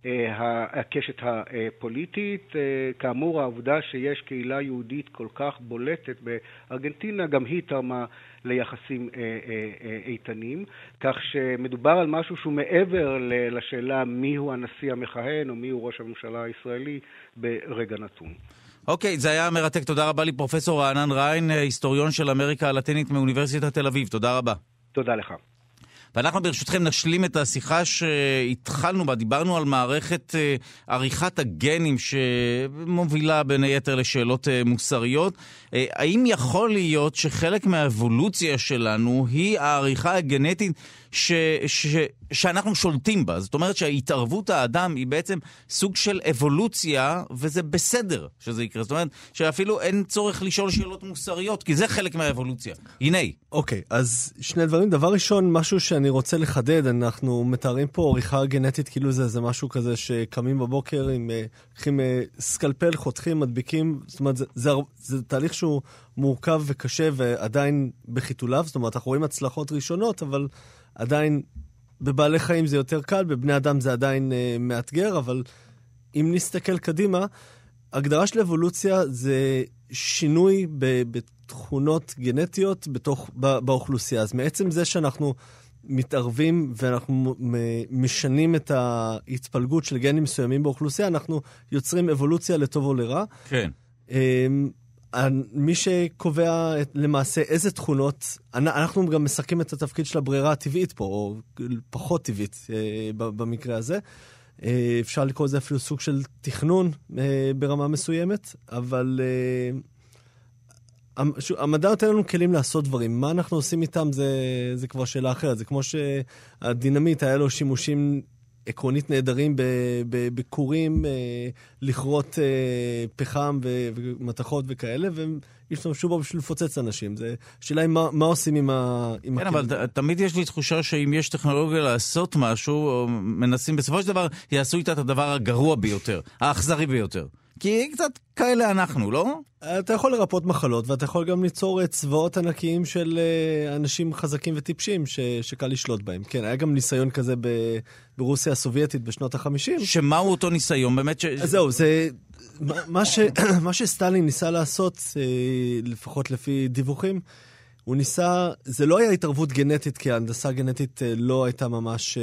הקשת הפוליטית. כאמור, העובדה שיש קהילה יהודית כל כך בולטת בארגנטינה, גם היא תרמה ליחסים איתנים, כך שמדובר על משהו שהוא מעבר לשאלה מיהו הנשיא המכהן או מיהו ראש הממשלה הישראלי ברגע נתון. אוקיי, זה היה מרתק. תודה רבה לי, פרופסור רענן ריין, היסטוריון של אמריקה הלטינית מאוניברסיטת תל אביב. תודה רבה. תודה לך. ואנחנו ברשותכם נשלים את השיחה שהתחלנו בה, דיברנו על מערכת עריכת הגנים שמובילה בין היתר לשאלות מוסריות. האם יכול להיות שחלק מהאבולוציה שלנו היא העריכה הגנטית ש, ש, שאנחנו שולטים בה? זאת אומרת שההתערבות האדם היא בעצם סוג של אבולוציה, וזה בסדר שזה יקרה. זאת אומרת שאפילו אין צורך לשאול שאלות מוסריות, כי זה חלק מהאבולוציה. הנה. אוקיי, אז שני דברים. דבר ראשון, משהו שאני רוצה לחדד, אנחנו מתארים פה עריכה גנטית, כאילו זה, זה משהו כזה שקמים בבוקר עם, עם סקלפל, חותכים, מדביקים, זאת אומרת, זה, זה, זה תהליך שהוא מורכב וקשה ועדיין בחיתוליו, זאת אומרת, אנחנו רואים הצלחות ראשונות, אבל עדיין בבעלי חיים זה יותר קל, בבני אדם זה עדיין uh, מאתגר, אבל אם נסתכל קדימה, הגדרה של אבולוציה זה שינוי ב- בתכונות גנטיות בתוך, ב- באוכלוסייה. אז מעצם זה שאנחנו מתערבים ואנחנו משנים את ההתפלגות של גנים מסוימים באוכלוסייה, אנחנו יוצרים אבולוציה לטוב או לרע. כן. Um, מי שקובע למעשה איזה תכונות, אנחנו גם משחקים את התפקיד של הברירה הטבעית פה, או פחות טבעית במקרה הזה. אפשר לקרוא לזה אפילו סוג של תכנון ברמה מסוימת, אבל המדע נותן לנו כלים לעשות דברים. מה אנחנו עושים איתם זה, זה כבר שאלה אחרת. זה כמו שהדינמיט היה לו שימושים עקרונית נהדרים בקורים, לכרות פחם ומתכות וכאלה, והם השתמשו בו בשביל לפוצץ אנשים. זה שאלה היא מה, מה עושים עם ה... עם כן, אבל ת, תמיד יש לי תחושה שאם יש טכנולוגיה לעשות משהו, מנסים בסופו של דבר, יעשו איתה את הדבר הגרוע ביותר, האכזרי ביותר. כי קצת כאלה אנחנו, לא? אתה יכול לרפות מחלות, ואתה יכול גם ליצור צבאות ענקיים של אנשים חזקים וטיפשים ש, שקל לשלוט בהם. כן, היה גם ניסיון כזה ב, ברוסיה הסובייטית בשנות החמישים. שמהו אותו ניסיון? באמת ש... אז זהו, זה... מה, ש, מה שסטלין ניסה לעשות, לפחות לפי דיווחים, הוא ניסה... זה לא היה התערבות גנטית, כי ההנדסה גנטית לא הייתה ממש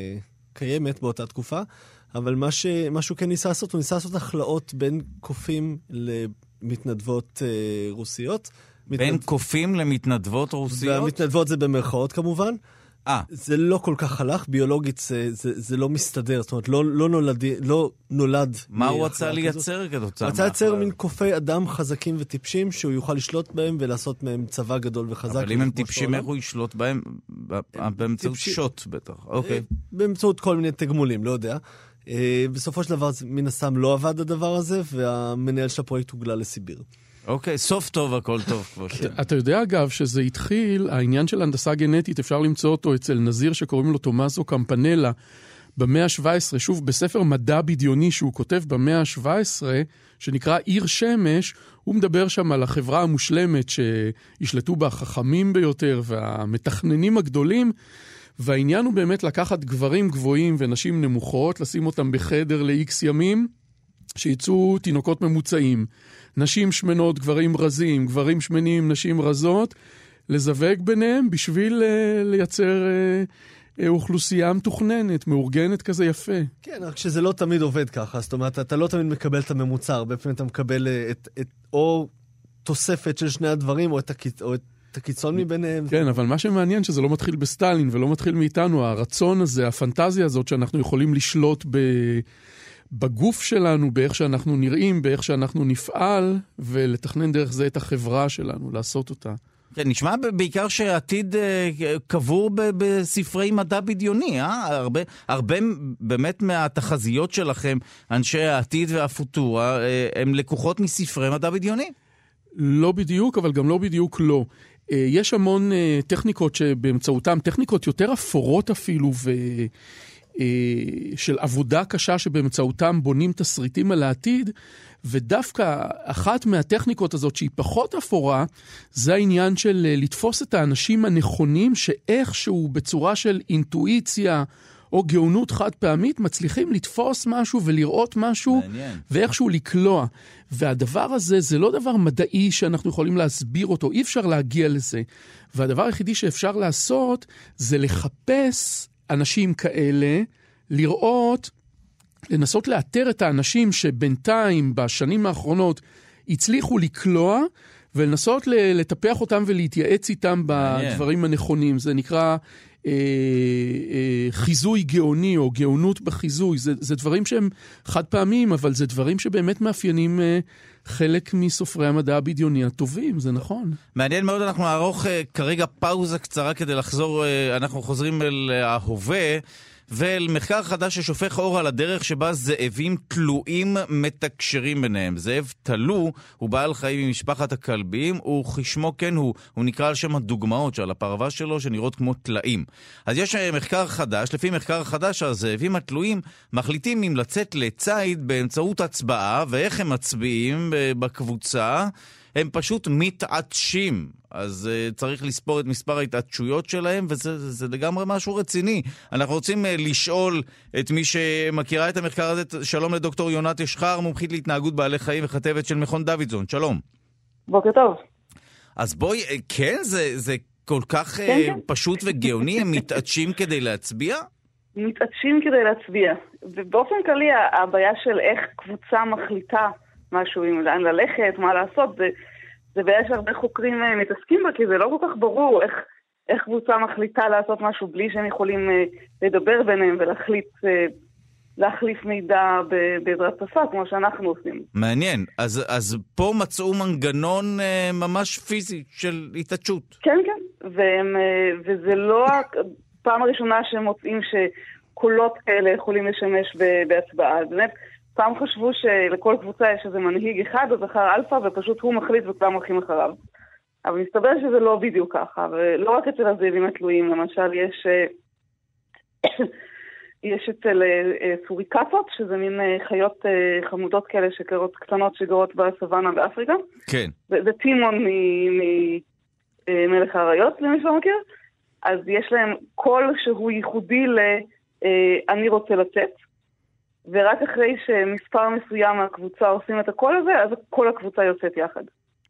קיימת באותה תקופה, אבל מה ש, משהו כן ניסה לעשות, הוא ניסה לעשות החלאות בין קופים למתנדבות אה, רוסיות. בין מתנד... קופים למתנדבות רוסיות? והמתנדבות זה במרכאות כמובן. אה. זה לא כל כך הלך, ביולוגית זה, זה, זה לא מסתדר, זאת אומרת, לא, לא, נולד, לא נולד. מה הוא רצה לייצר כתוצאה? הוא רצה לייצר מין קופי אדם חזקים וטיפשים, שהוא יוכל לשלוט בהם ולעשות מהם צבא גדול וחזק. אבל אם הם טיפשים, איך הוא ישלוט בהם? באמצעות שוט בטח, אוקיי. באמצעות כל מיני תגמולים, לא יודע. בסופו של דבר, מן הסתם לא עבד הדבר הזה, והמנהל של הפרויקט הוגלה לסיביר. אוקיי, סוף טוב, הכל טוב. אתה יודע אגב שזה התחיל, העניין של הנדסה גנטית, אפשר למצוא אותו אצל נזיר שקוראים לו תומאסו קמפנלה, במאה ה-שבע עשרה, שוב בספר מדע בדיוני שהוא כותב במאה ה-שבע עשרה, שנקרא עיר שמש, הוא מדבר שם על החברה המושלמת שישלטו בה החכמים ביותר והמתכננים הגדולים, והעניין הוא באמת לקחת גברים גבוהים ונשים נמוכות, לשים אותם בחדר ל-X ימים, שיצאו תינוקות ממוצעים. נשים שמנות, גברים רזים, גברים שמנים, נשים רזות, לזווג ביניהם בשביל uh, לייצר uh, uh, אוכלוסייה מתוכננת, מאורגנת כזה יפה. כן, רק שזה לא תמיד עובד ככה, זאת אומרת, אתה לא תמיד מקבל את הממוצע, הרבה פעמים אתה מקבל את, את, או תוספת של שני הדברים, או את, הקיצ... או את הקיצון מביניהם. כן, אבל מה שמעניין שזה לא מתחיל בסטלין ולא מתחיל מאיתנו, הרצון הזה, הפנטזיה הזאת שאנחנו יכולים לשלוט ב... בגוף שלנו, באיך שאנחנו נראים, באיך שאנחנו נפעל, ולתכנן דרך זה את החברה שלנו, לעשות אותה. כן, נשמע בעיקר שהעתיד קבור בספרי מדע בדיוני, אה? הרבה, הרבה באמת מהתחזיות שלכם, אנשי העתיד והפוטורה, הם לקוחות מספרי מדע בדיוני? לא בדיוק, אבל גם לא בדיוק לא. יש המון טכניקות שבאמצעותם, טכניקות יותר אפורות אפילו, ו... של עבודה קשה שבאמצעותם בונים תסריטים על העתיד, ודווקא אחת מהטכניקות הזאת שהיא פחות אפורה, זה העניין של לתפוס את האנשים הנכונים שאיכשהו בצורה של אינטואיציה או גאונות חד פעמית, מצליחים לתפוס משהו ולראות משהו, מעניין. ואיכשהו לקלוע. והדבר הזה זה לא דבר מדעי שאנחנו יכולים להסביר אותו, אי אפשר להגיע לזה. והדבר היחידי שאפשר לעשות זה לחפש אנשים כאלה, לראות, לנסות לאתר את האנשים שבינתיים בשנים האחרונות הצליחו לקלוע, ולנסות לטפח אותם ולהתייעץ איתם בדברים הנכונים. זה נקרא אה, אה, חיזוי גאוני או גאונות בחיזוי. זה, זה דברים שהם חד פעמים, אבל זה דברים שבאמת מאפיינים אה, חלק מסופרי המדע הבדיוני הטובים, זה נכון. מעניין מאוד, אנחנו נערוך אה, כרגע פאוזה קצרה כדי לחזור, אה, אנחנו חוזרים אל ההווה, ואל מחקר חדש ששופך אור על הדרך שבה זאבים תלויים מתקשרים ביניהם. זאב תלו הוא בעל חיים ממשפחת הכלבים, הוא כשמו כן הוא, הוא נקרא על שם הדוגמאות שעל הפרווה שלו שנראות כמו תלאים. אז יש מחקר חדש, לפי מחקר חדש הזאבים התלויים מחליטים אם לצאת לצייד באמצעות הצבעה, ואיך הם מצביעים בקבוצה, הם פשוט מתעטשים. אז uh, צריך לספור את מספר ההתעטשויות שלהם, וזה זה, זה לגמרי משהו רציני. אנחנו רוצים uh, לשאול את מי שמכירה את המחקר הזה. שלום לדוקטור יונת ישחר, מומחית להתנהגות בעלי חיים וכתבת של מכון דוידסון. שלום. בוקר טוב. אז בואי, uh, כן, זה, זה כל כך uh, כן, כן. פשוט וגאוני, הם מתעטשים כדי להצביע? מתעטשים כדי להצביע. ובאופן כללי, הבעיה של איך קבוצה מחליטה משהו, אם לאן ללכת, מה לעשות, זה... זה בעיה שהרבה חוקרים מתעסקים בה, כי זה לא כל כך ברור איך, איך קבוצה מחליטה לעשות משהו בלי שהם יכולים לדבר ביניהם ולהחליט, להחליף מידע בעזרת שפה, כמו שאנחנו עושים. מעניין. אז, אז פה מצאו מנגנון ממש פיזי של התעטשות. כן, כן. והם, וזה לא הפעם הראשונה שהם מוצאים שקולות כאלה יכולים לשמש בהצבעה. באמת, פעם חשבו שלכל קבוצה יש איזה מנהיג אחד, או זכר אלפא, ופשוט הוא מחליט וכולם הולכים אחריו. אבל מסתבר שזה לא בדיוק ככה, ולא רק אצל הזאבים התלויים, למשל יש, יש אצל סוריקטות, שזה מין חיות חמודות כאלה שקרות, קטנות שגרות בסוואנה באפריקה. כן. זה, זה טימון ממלך האריות, למי שלא מכיר. אז יש להם קול שהוא ייחודי ל אני רוצה לצאת. ורק אחרי שמספר מסוים מהקבוצה עושים את הקול הזה, אז כל הקבוצה יוצאת יחד.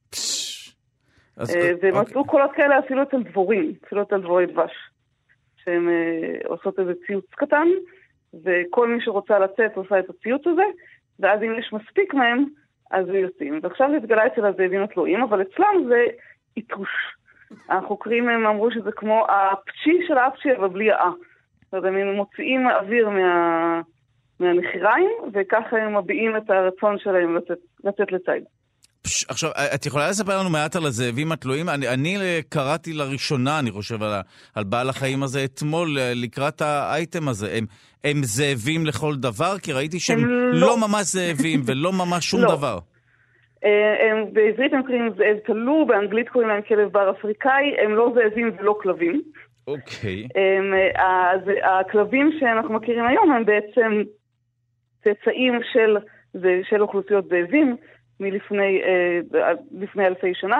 ומצאו קולות כאלה אפילו אצל דבורים, אפילו אצל דבורי דבש, שהן עושות איזה ציוץ קטן, וכל מי שרוצה לצאת עושה את הציוץ הזה, ואז אם יש מספיק מהם, אז הם יוצאים. ועכשיו זה התגלה אצל הזאבים התלויים, אבל אצלם זה איתוש. החוקרים הם אמרו שזה כמו הפצ'י של האפצ'י, אבל בלי האה. זאת אומרת, הם מוציאים אוויר מה... מהנחיריים, וככה הם מביעים את הרצון שלהם לצאת, לצאת לצייד. פש, עכשיו, את יכולה לספר לנו מעט על הזאבים התלויים? אני, אני קראתי לראשונה, אני חושב, על, על בעל החיים הזה אתמול, לקראת האייטם הזה. הם, הם זאבים לכל דבר? כי ראיתי שהם לא, לא ממש זאבים, ולא ממש שום לא. דבר. הם, בעברית הם קוראים זאב תלו, באנגלית קוראים להם כלב בר אפריקאי, הם לא זאבים ולא כלבים. אוקיי. הם, אז, הכלבים שאנחנו מכירים היום הם בעצם צאצאים של, של אוכלוסיות זאבים מלפני לפני אלפי שנה.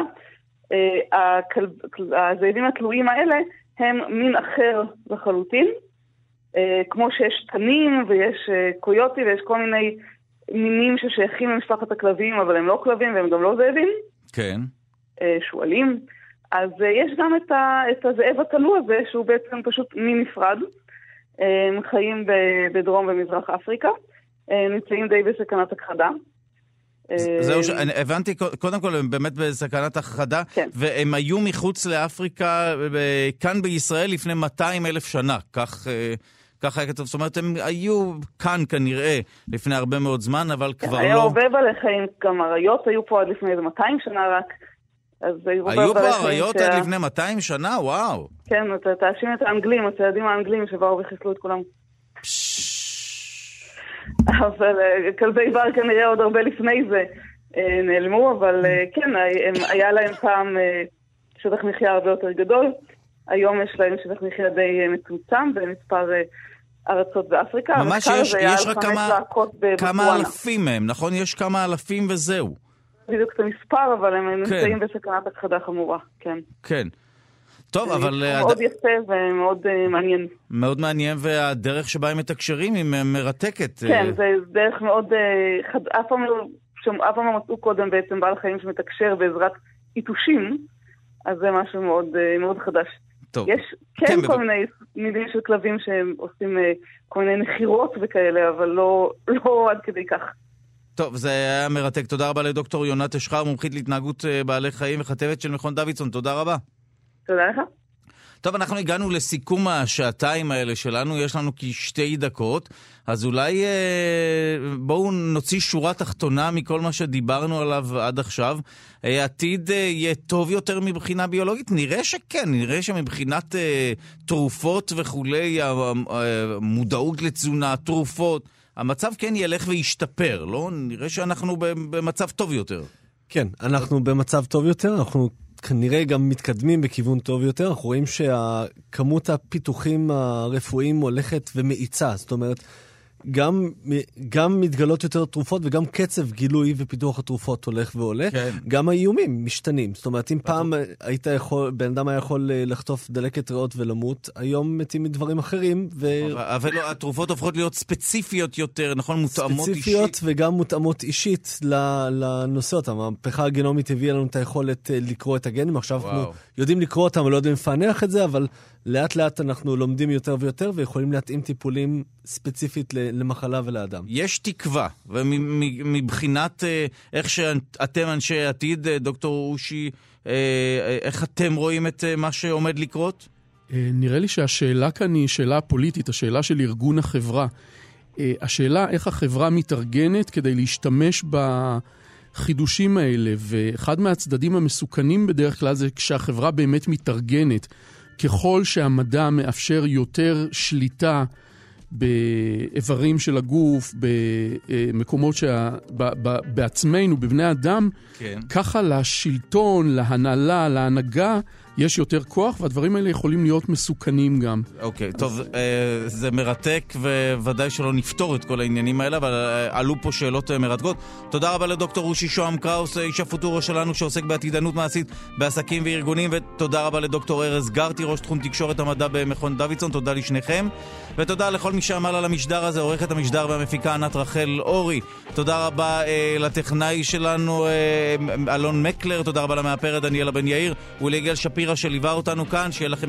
הזאבים התלויים האלה הם מין אחר לחלוטין, כמו שיש תנים ויש קויוטי ויש כל מיני מינים ששייכים למשפחת הכלבים, אבל הם לא כלבים והם גם לא זאבים. כן. שואלים. אז יש גם את, ה, את הזאב התלו הזה, שהוא בעצם פשוט מין נפרד. הם חיים בדרום ומזרח אפריקה. נמצאים די בסכנת הכחדה. זהו, הבנתי, קודם כל הם באמת בסכנת הכחדה, כן. והם היו מחוץ לאפריקה, כאן בישראל לפני מאתיים אלף שנה, כך, כך היה כתוב, זאת אומרת, הם היו כאן כנראה לפני הרבה מאוד זמן, אבל כבר לא... היו הרבה בעלי חיים, גם אריות היו פה עד לפני איזה מאתיים שנה רק, אז היו, היו פה אריות עד לפני מאתיים שנה? וואו. כן, אתה תאשים את האנגלים, הציידים האנגלים שבאו וחיסלו את כולם. אבל כלבי בר כנראה עוד הרבה לפני זה נעלמו, אבל כן, היה להם פעם שטח מחיה הרבה יותר גדול. היום יש להם שטח מחיה די מצומצם במספר ארצות באפריקה. ממש יש, יש רק כמה, כמה אלפים מהם, נכון? יש כמה אלפים וזהו. בדיוק את המספר, אבל הם נמצאים בסכנת הכחדה חמורה, כן. כן. טוב, אבל... מאוד יפה ומאוד מעניין. מאוד מעניין, והדרך שבה הם מתקשרים היא מרתקת. כן, זה דרך מאוד... אף פעם לא מצאו קודם בעצם בעל חיים שמתקשר בעזרת עיתושים, אז זה משהו מאוד, מאוד חדש. טוב. יש כן, כן כל בב... מיני מילים של כלבים שהם עושים כל מיני נחירות וכאלה, אבל לא, לא עד כדי כך. טוב, זה היה מרתק. תודה רבה לדוקטור יונת אשחר, מומחית להתנהגות בעלי חיים וכתבת של מכון דוידסון. תודה רבה. תודה לך. טוב, אנחנו הגענו לסיכום השעתיים האלה שלנו, יש לנו כשתי דקות, אז אולי בואו נוציא שורה תחתונה מכל מה שדיברנו עליו עד עכשיו. העתיד יהיה טוב יותר מבחינה ביולוגית? נראה שכן, נראה שמבחינת תרופות וכולי, המודעות לתזונה, תרופות, המצב כן ילך וישתפר, לא? נראה שאנחנו במצב טוב יותר. כן, אנחנו במצב טוב יותר, אנחנו כנראה גם מתקדמים בכיוון טוב יותר, אנחנו רואים שכמות הפיתוחים הרפואיים הולכת ומאיצה, זאת אומרת, גם, גם מתגלות יותר תרופות וגם קצב גילוי ופיתוח התרופות הולך ועולה, כן. גם האיומים משתנים, זאת אומרת, אם פעם היית יכול, בן אדם היה יכול לחטוף דלקת ריאות ולמות, היום מתים מדברים אחרים. ו... אבל התרופות הופכות להיות ספציפיות יותר, נכון? מותאמות אישית. ספציפיות וגם מותאמות אישית לנושא אותם. המהפכה הגנומית הביאה לנו את היכולת לקרוא את הגנים, עכשיו וואו. אנחנו יודעים לקרוא אותם, ולא יודעים לפענח את זה, אבל לאט לאט אנחנו לומדים יותר ויותר, ויכולים להתאים טיפולים ספציפית למחלה ולאדם. יש תקווה, ומבחינת איך שאתם אנשי עתיד, דוקטור אושי, איך אתם רואים את מה שעומד לקרות? נראה לי שהשאלה כאן היא שאלה פוליטית, השאלה של ארגון החברה. השאלה איך החברה מתארגנת כדי להשתמש בחידושים האלה, ואחד מהצדדים המסוכנים בדרך כלל זה כשהחברה באמת מתארגנת. ככל שהמדע מאפשר יותר שליטה באיברים של הגוף, במקומות שה... ב... ב... בעצמנו, בבני אדם, כן. ככה לשלטון, להנהלה, להנהגה, יש יותר כוח, והדברים האלה יכולים להיות מסוכנים גם. אוקיי, אז... טוב, זה מרתק, וודאי שלא נפתור את כל העניינים האלה, אבל עלו פה שאלות מרתקות. תודה רבה לדוקטור אושי שוהם קראוס, איש הפוטורו שלנו שעוסק בעתידנות מעשית בעסקים וארגונים, ותודה רבה לדוקטור ארז גרטי, ראש תחום תקשורת המדע במכון דוידסון, תודה לשניכם, ותודה לכל מי שעמל על המשדר הזה, עורכת המשדר והמפיקה ענת רחל אורי, תודה רבה אה, לטכנאי שלנו אה, אלון מקלר, תודה רבה למאפרת דניאלה בן יאיר, ולגל שפירה שליווה אותנו כאן, שיהיה לכם